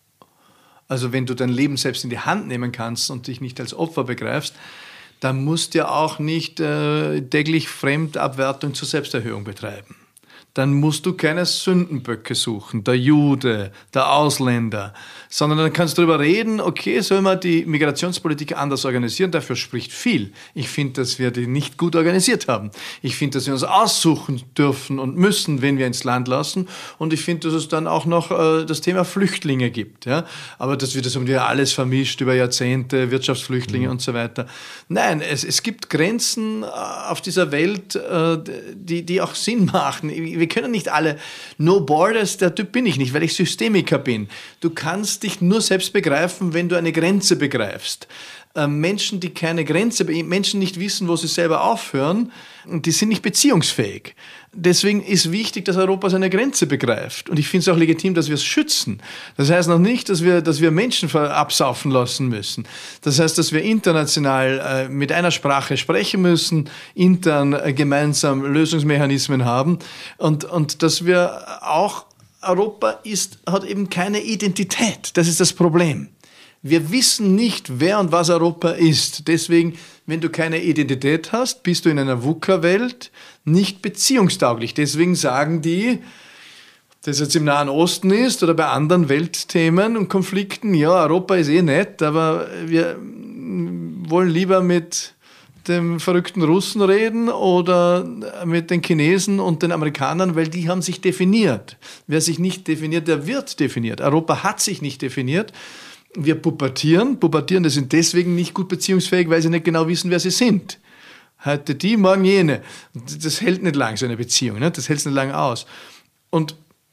Also wenn du dein Leben selbst in die Hand nehmen kannst und dich nicht als Opfer begreifst, dann musst du ja auch nicht äh, täglich Fremdabwertung zur Selbsterhöhung betreiben. Dann musst du keine Sündenböcke suchen, der Jude, der Ausländer, sondern dann kannst du darüber reden, okay, sollen wir die Migrationspolitik anders organisieren, dafür spricht viel. Ich finde, dass wir die nicht gut organisiert haben. Ich finde, dass wir uns aussuchen dürfen und müssen, wenn wir ins Land lassen, und ich finde, dass es dann auch noch äh, das Thema Flüchtlinge gibt. Ja? Aber dass wir das haben wir alles vermischt über Jahrzehnte, Wirtschaftsflüchtlinge mhm. und so weiter. Nein, es, es gibt Grenzen auf dieser Welt, äh, die, die auch Sinn machen. Wir können nicht alle, no borders, der Typ bin ich nicht, weil ich Systemiker bin. Du kannst dich nur selbst begreifen, wenn du eine Grenze begreifst. Menschen, die keine Grenze, Menschen nicht wissen, wo sie selber aufhören, die sind nicht beziehungsfähig. Deswegen ist wichtig, dass Europa seine Grenze begreift. Und ich finde es auch legitim, dass wir es schützen. Das heißt noch nicht, dass wir, dass wir Menschen absaufen lassen müssen. Das heißt, dass wir international äh, mit einer Sprache sprechen müssen, intern äh, gemeinsam Lösungsmechanismen haben und, und dass wir auch, Europa ist, hat eben keine Identität. Das ist das Problem. Wir wissen nicht, wer und was Europa ist. Deswegen, wenn du keine Identität hast, bist du in einer VUCA-Welt nicht beziehungstauglich. Deswegen sagen die, ob das jetzt im Nahen Osten ist oder bei anderen Weltthemen und Konflikten, ja, Europa ist eh nett, aber wir wollen lieber mit dem verrückten Russen reden oder mit den Chinesen und den Amerikanern, weil die haben sich definiert. Wer sich nicht definiert, der wird definiert. Europa hat sich nicht definiert. Wir pubertieren. Pubertierende sind deswegen nicht gut beziehungsfähig, weil sie nicht genau wissen, wer sie sind. Heute die, morgen jene. Das hält nicht lang, so eine Beziehung. Ne? Das hält nicht lang aus. Und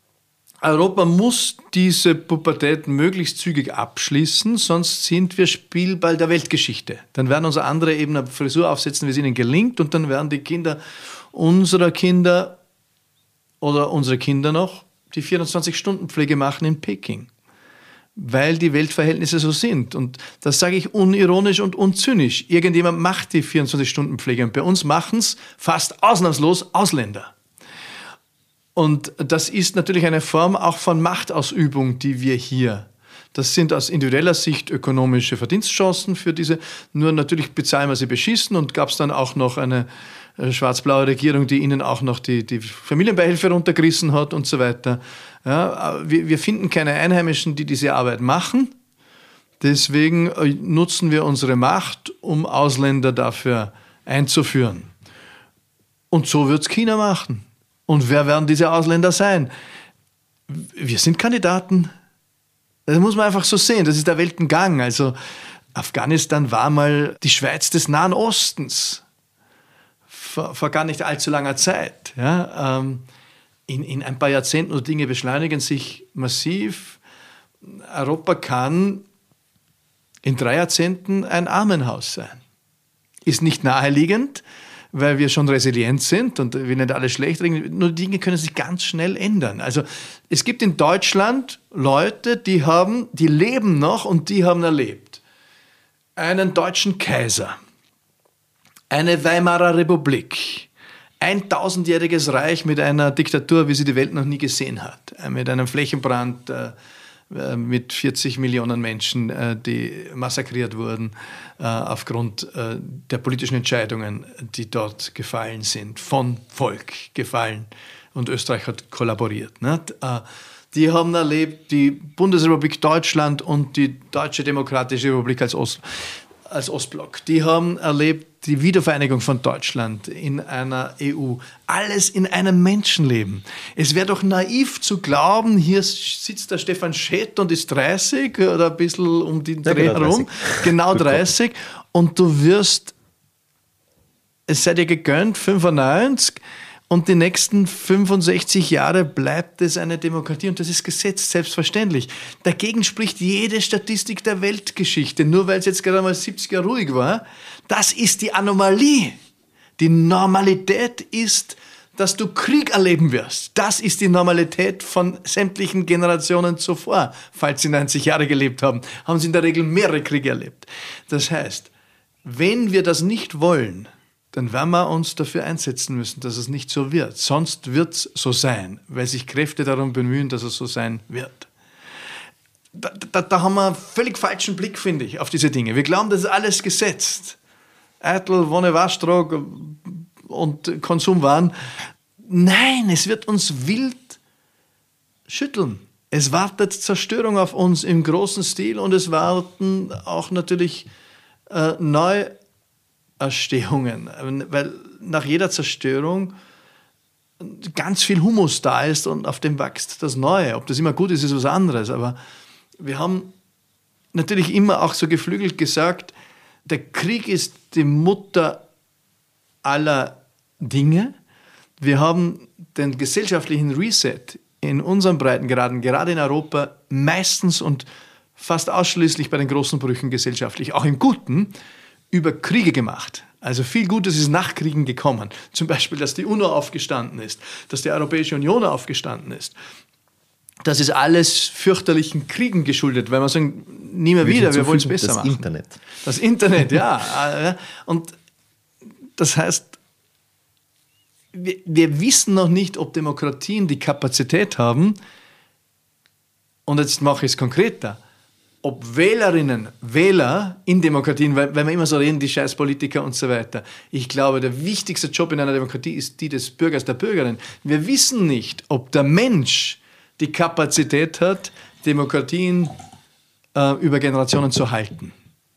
Europa muss diese Pubertät möglichst zügig abschließen, sonst sind wir Spielball der Weltgeschichte. Dann werden unsere andere eben eine Frisur aufsetzen, wie es ihnen gelingt, und dann werden die Kinder unserer Kinder oder unsere Kinder noch die vierundzwanzig-Stunden-Pflege machen in Peking. Weil die Weltverhältnisse so sind. Und das sage ich unironisch und unzynisch. Irgendjemand macht die vierundzwanzig-Stunden-Pflege und bei uns machen es fast ausnahmslos Ausländer. Und das ist natürlich eine Form auch von Machtausübung, die wir hier. Das sind aus individueller Sicht ökonomische Verdienstchancen für diese. Nur natürlich bezahlen wir sie beschissen, und gab es dann auch noch eine schwarz-blaue Regierung, die ihnen auch noch die, die Familienbeihilfe runtergerissen hat und so weiter. Ja, wir, wir finden keine Einheimischen, die diese Arbeit machen. Deswegen nutzen wir unsere Macht, um Ausländer dafür einzuführen. Und so wird es China machen. Und wer werden diese Ausländer sein? Wir sind Kandidaten. Das muss man einfach so sehen. Das ist der Weltengang. Also Afghanistan war mal die Schweiz des Nahen Ostens. Vor, vor gar nicht allzu langer Zeit. Ja, ähm, in, in ein paar Jahrzehnten und Dinge beschleunigen sich massiv. Europa kann in drei Jahrzehnten ein Armenhaus sein. Ist nicht naheliegend, weil wir schon resilient sind und wir nicht alle schlecht reden. Nur Dinge können sich ganz schnell ändern. Also es gibt in Deutschland Leute, die haben, die leben noch und die haben erlebt einen deutschen Kaiser, eine Weimarer Republik, ein tausendjähriges Reich mit einer Diktatur, wie sie die Welt noch nie gesehen hat, mit einem Flächenbrand, mit vierzig Millionen Menschen, die massakriert wurden aufgrund der politischen Entscheidungen, die dort gefallen sind, von Volk gefallen, und Österreich hat kollaboriert. Die haben erlebt die Bundesrepublik Deutschland und die Deutsche Demokratische Republik als Ost. als Ostblock. Die haben erlebt die Wiedervereinigung von Deutschland in einer E U. Alles in einem Menschenleben. Es wäre doch naiv zu glauben, hier sitzt der Stefan Schett und ist dreißig oder ein bisschen um den ja, Dreh genau herum. Genau dreißig. Und du wirst, es sei dir gegönnt, fünfundneunzig. Und die nächsten fünfundsechzig Jahre bleibt es eine Demokratie und das ist Gesetz, selbstverständlich. Dagegen spricht jede Statistik der Weltgeschichte, nur weil es jetzt gerade mal siebzig Jahre ruhig war. Das ist die Anomalie. Die Normalität ist, dass du Krieg erleben wirst. Das ist die Normalität von sämtlichen Generationen zuvor. Falls sie neunzig Jahre gelebt haben, haben sie in der Regel mehrere Kriege erlebt. Das heißt, wenn wir das nicht wollen, dann werden wir uns dafür einsetzen müssen, dass es nicht so wird. Sonst wird es so sein, weil sich Kräfte darum bemühen, dass es so sein wird. Da, da, da haben wir einen völlig falschen Blick, finde ich, auf diese Dinge. Wir glauben, das ist alles gesetzt. Eitel, Wonne, Waschtrag und Konsumwaren. Nein, es wird uns wild schütteln. Es wartet Zerstörung auf uns im großen Stil und es warten auch natürlich äh, neu Erstehungen, weil nach jeder Zerstörung ganz viel Humus da ist und auf dem wächst das Neue. Ob das immer gut ist, ist was anderes. Aber wir haben natürlich immer auch so geflügelt gesagt, der Krieg ist die Mutter aller Dinge. Wir haben den gesellschaftlichen Reset in unseren Breitengraden, gerade in Europa, meistens und fast ausschließlich bei den großen Brüchen gesellschaftlich, auch im Guten, über Kriege gemacht. Also viel Gutes ist nach Kriegen gekommen. Zum Beispiel, dass die UNO aufgestanden ist, dass die Europäische Union aufgestanden ist. Das ist alles fürchterlichen Kriegen geschuldet, weil man sagen, nie mehr wieder, wir wollen es besser das machen. Das Internet. Das Internet, ja. Und das heißt, wir, wir wissen noch nicht, ob Demokratien die Kapazität haben, und jetzt mache ich es konkreter, ob Wählerinnen, Wähler in Demokratien, weil, weil wir immer so reden, die Scheißpolitiker und so weiter. Ich glaube, der wichtigste Job in einer Demokratie ist die des Bürgers, der Bürgerin. Wir wissen nicht, ob der Mensch die Kapazität hat, Demokratien äh, über Generationen zu halten.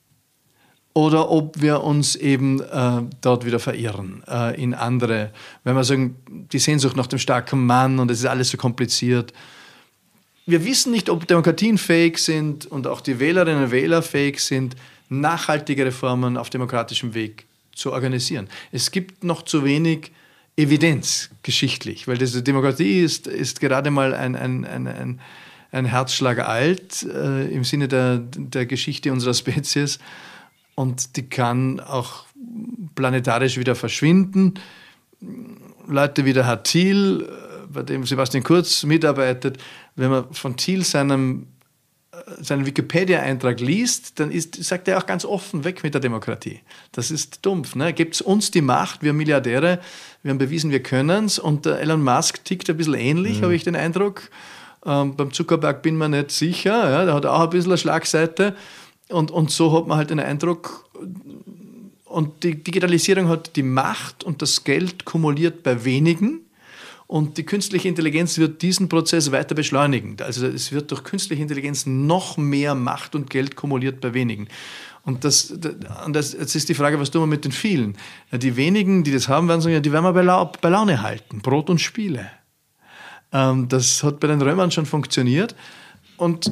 Oder ob wir uns eben äh, dort wieder verirren äh, in andere. Wenn wir sagen, die Sehnsucht nach dem starken Mann und es ist alles so kompliziert. Wir wissen nicht, ob Demokratien fähig sind und auch die Wählerinnen und Wähler fähig sind, nachhaltige Reformen auf demokratischem Weg zu organisieren. Es gibt noch zu wenig Evidenz geschichtlich, weil diese Demokratie ist, ist gerade mal ein, ein, ein, ein, ein Herzschlag alt äh, im Sinne der, der Geschichte unserer Spezies und die kann auch planetarisch wieder verschwinden. Leute wie der Herr Thiel, bei dem Sebastian Kurz mitarbeitet, wenn man von Thiel seinem, seinen Wikipedia-Eintrag liest, dann ist, sagt er auch ganz offen, weg mit der Demokratie. Das ist dumpf. Ne? Gebt uns die Macht, wir Milliardäre, wir haben bewiesen, wir können es. Und der Elon Musk tickt ein bisschen ähnlich, mhm. habe ich den Eindruck. Ähm, beim Zuckerberg bin man nicht sicher, ja? Der hat auch ein bisschen eine Schlagseite. Und, und so hat man halt den Eindruck, und die Digitalisierung hat die Macht und das Geld kumuliert bei wenigen. Und die künstliche Intelligenz wird diesen Prozess weiter beschleunigen. Also es wird durch künstliche Intelligenz noch mehr Macht und Geld kumuliert bei wenigen. Und das, und das jetzt ist die Frage, was tun wir mit den vielen? Die wenigen, die das haben, werden sagen, ja, die werden wir bei, La- bei Laune halten. Brot und Spiele. Ähm, das hat bei den Römern schon funktioniert. Und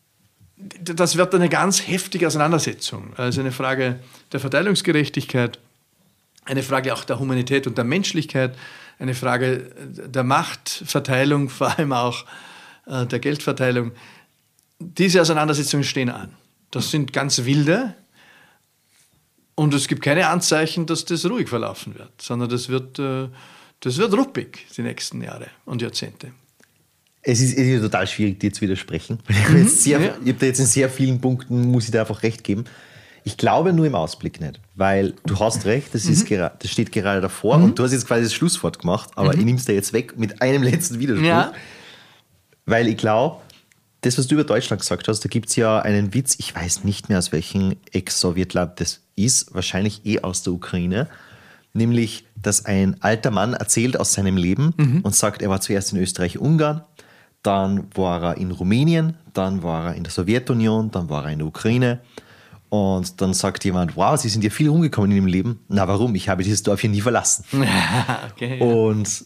das wird eine ganz heftige Auseinandersetzung. Also eine Frage der Verteilungsgerechtigkeit, eine Frage auch der Humanität und der Menschlichkeit, eine Frage der Machtverteilung, vor allem auch äh, der Geldverteilung. Diese Auseinandersetzungen stehen an. Das sind ganz wilde und es gibt keine Anzeichen, dass das ruhig verlaufen wird, sondern das wird, äh, das wird ruppig die nächsten Jahre und Jahrzehnte. Es ist, es ist total schwierig, dir zu widersprechen. Ich habe Mhm, jetzt sehr, ja. ich habe da jetzt in sehr vielen Punkten, muss ich da einfach recht geben. Ich glaube nur im Ausblick nicht, weil du hast recht, das, ist Mhm. gera- das steht gerade davor Mhm. und du hast jetzt quasi das Schlusswort gemacht, aber Mhm. ich nehme es dir jetzt weg mit einem letzten Widerspruch, Ja. weil ich glaube, das, was du über Deutschland gesagt hast, da gibt es ja einen Witz, ich weiß nicht mehr, aus welchem Ex-Sowjetland das ist, wahrscheinlich eh aus der Ukraine, nämlich, dass ein alter Mann erzählt aus seinem Leben Mhm. und sagt, er war zuerst in Österreich-Ungarn, dann war er in Rumänien, dann war er in der Sowjetunion, dann war er in der Ukraine Und dann sagt jemand, wow, Sie sind ja viel rumgekommen in Ihrem Leben. Na, warum? Ich habe dieses Dorf hier nie verlassen. Okay, ja. Und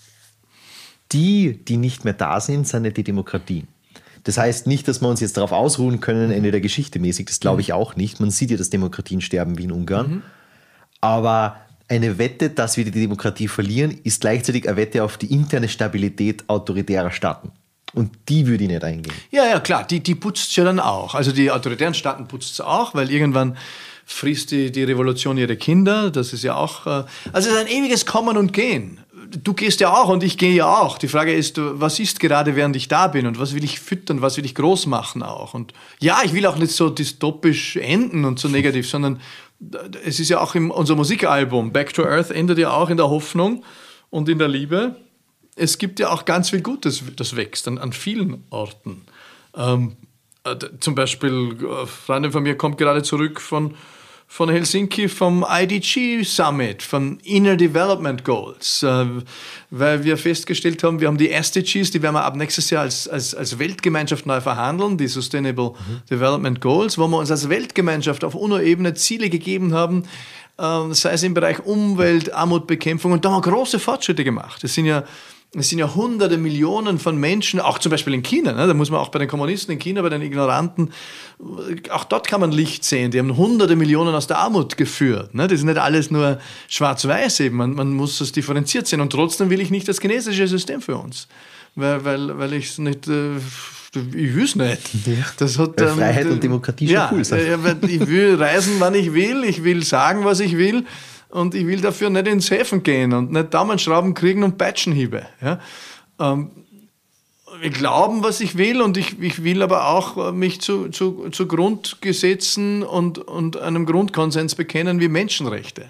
die, die nicht mehr da sind, sind nicht die Demokratien. Das heißt nicht, dass wir uns jetzt darauf ausruhen können, Ende der Geschichte mäßig. Das glaube ich auch nicht. Man sieht ja, dass Demokratien sterben wie in Ungarn. Mhm. Aber eine Wette, dass wir die Demokratie verlieren, ist gleichzeitig eine Wette auf die interne Stabilität autoritärer Staaten. Und die würde ich nicht eingehen. Ja, ja, klar, die, die putzt es ja dann auch. Also die autoritären Staaten putzt es auch, weil irgendwann frisst die, die Revolution ihre Kinder. Das ist ja auch, also es ist ein ewiges Kommen und Gehen. Du gehst ja auch und ich gehe ja auch. Die Frage ist, was ist gerade, während ich da bin und was will ich füttern, was will ich groß machen auch. Und ja, ich will auch nicht so dystopisch enden und so negativ, sondern es ist ja auch in unserem Musikalbum, Back to Earth endet ja auch in der Hoffnung und in der Liebe. Es gibt ja auch ganz viel Gutes, das wächst an, an vielen Orten. Ähm, äh, zum Beispiel, eine Freundin von mir kommt gerade zurück von, von Helsinki vom I D G Summit, von Inner Development Goals, äh, weil wir festgestellt haben, wir haben die S D Gs, die werden wir ab nächstes Jahr als, als, als Weltgemeinschaft neu verhandeln, die Sustainable mhm. Development Goals, wo wir uns als Weltgemeinschaft auf UNO-Ebene Ziele gegeben haben, äh, sei es im Bereich Umwelt, Armutbekämpfung, und da haben wir große Fortschritte gemacht. Das sind ja Es sind ja hunderte Millionen von Menschen, auch zum Beispiel in China, ne? Da muss man auch bei den Kommunisten in China, bei den Ignoranten, auch dort kann man Licht sehen. Die haben hunderte Millionen aus der Armut geführt. Ne? Das ist nicht alles nur schwarz-weiß eben, man, man muss es differenziert sehen. Und trotzdem will ich nicht das chinesische System für uns, weil, weil, weil ich es nicht... Äh, Ich will es nicht. Ja. Das hat, ähm, Freiheit und Demokratie schon ja, cool sein. Ich will reisen, wann ich will, ich will sagen, was ich will. Und ich will dafür nicht ins Häfen gehen und nicht Daumenschrauben kriegen und Peitschenhiebe. Ja? Ähm, wir glauben, was ich will, und ich, ich will aber auch mich zu, zu, zu Grundgesetzen und, und einem Grundkonsens bekennen wie Menschenrechte.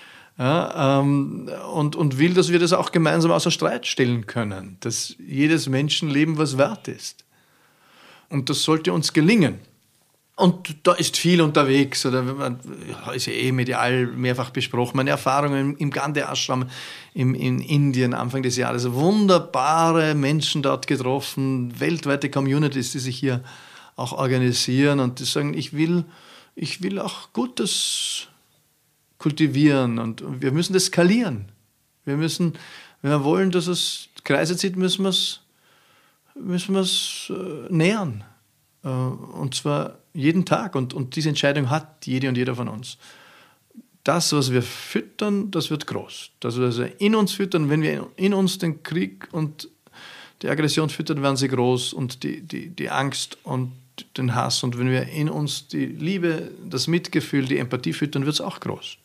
Ja, ähm, und, und will, dass wir das auch gemeinsam außer Streit stellen können, dass jedes Menschenleben was wert ist. Und das sollte uns gelingen. Und da ist viel unterwegs, oder ist ja eh medial mehrfach besprochen. Meine Erfahrungen im Gandhi-Ashram in, in Indien Anfang des Jahres. Wunderbare Menschen dort getroffen, weltweite Communities, die sich hier auch organisieren und die sagen, ich will, ich will auch Gutes kultivieren und wir müssen das skalieren. Wir müssen, wenn wir wollen, dass es Kreise zieht, müssen wir es, müssen wir es äh, nähern. Äh, und zwar jeden Tag. Und, und diese Entscheidung hat jede und jeder von uns. Das, was wir füttern, das wird groß. Das, was wir in uns füttern, wenn wir in uns den Krieg und die Aggression füttern, werden sie groß, und die, die, die Angst und den Hass. Und wenn wir in uns die Liebe, das Mitgefühl, die Empathie füttern, wird es auch groß.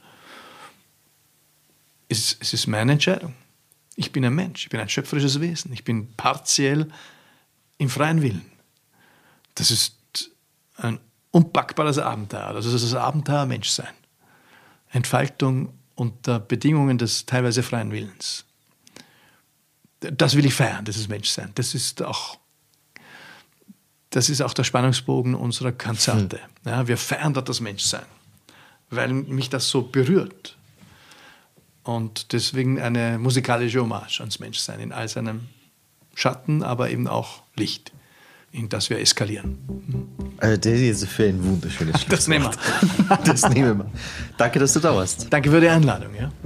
Es, es ist meine Entscheidung. Ich bin ein Mensch, ich bin ein schöpferisches Wesen. Ich bin partiell im freien Willen. Das ist ein unpackbares Abenteuer. Also das ist das Abenteuer Menschsein. Entfaltung unter Bedingungen des teilweise freien Willens. Das will ich feiern, das ist Menschsein. Das ist auch, das ist auch der Spannungsbogen unserer Konzerte. Hm. Ja, wir feiern dort das Menschsein, weil mich das so berührt. Und deswegen eine musikalische Hommage ans Menschsein in all seinem Schatten, aber eben auch Licht, in das wir eskalieren. Also das ist jetzt für ein wunderschönes Schlusswort. Das nehmen wir. Das nehmen wir. Danke, dass du da warst. Danke für die Einladung. Ja.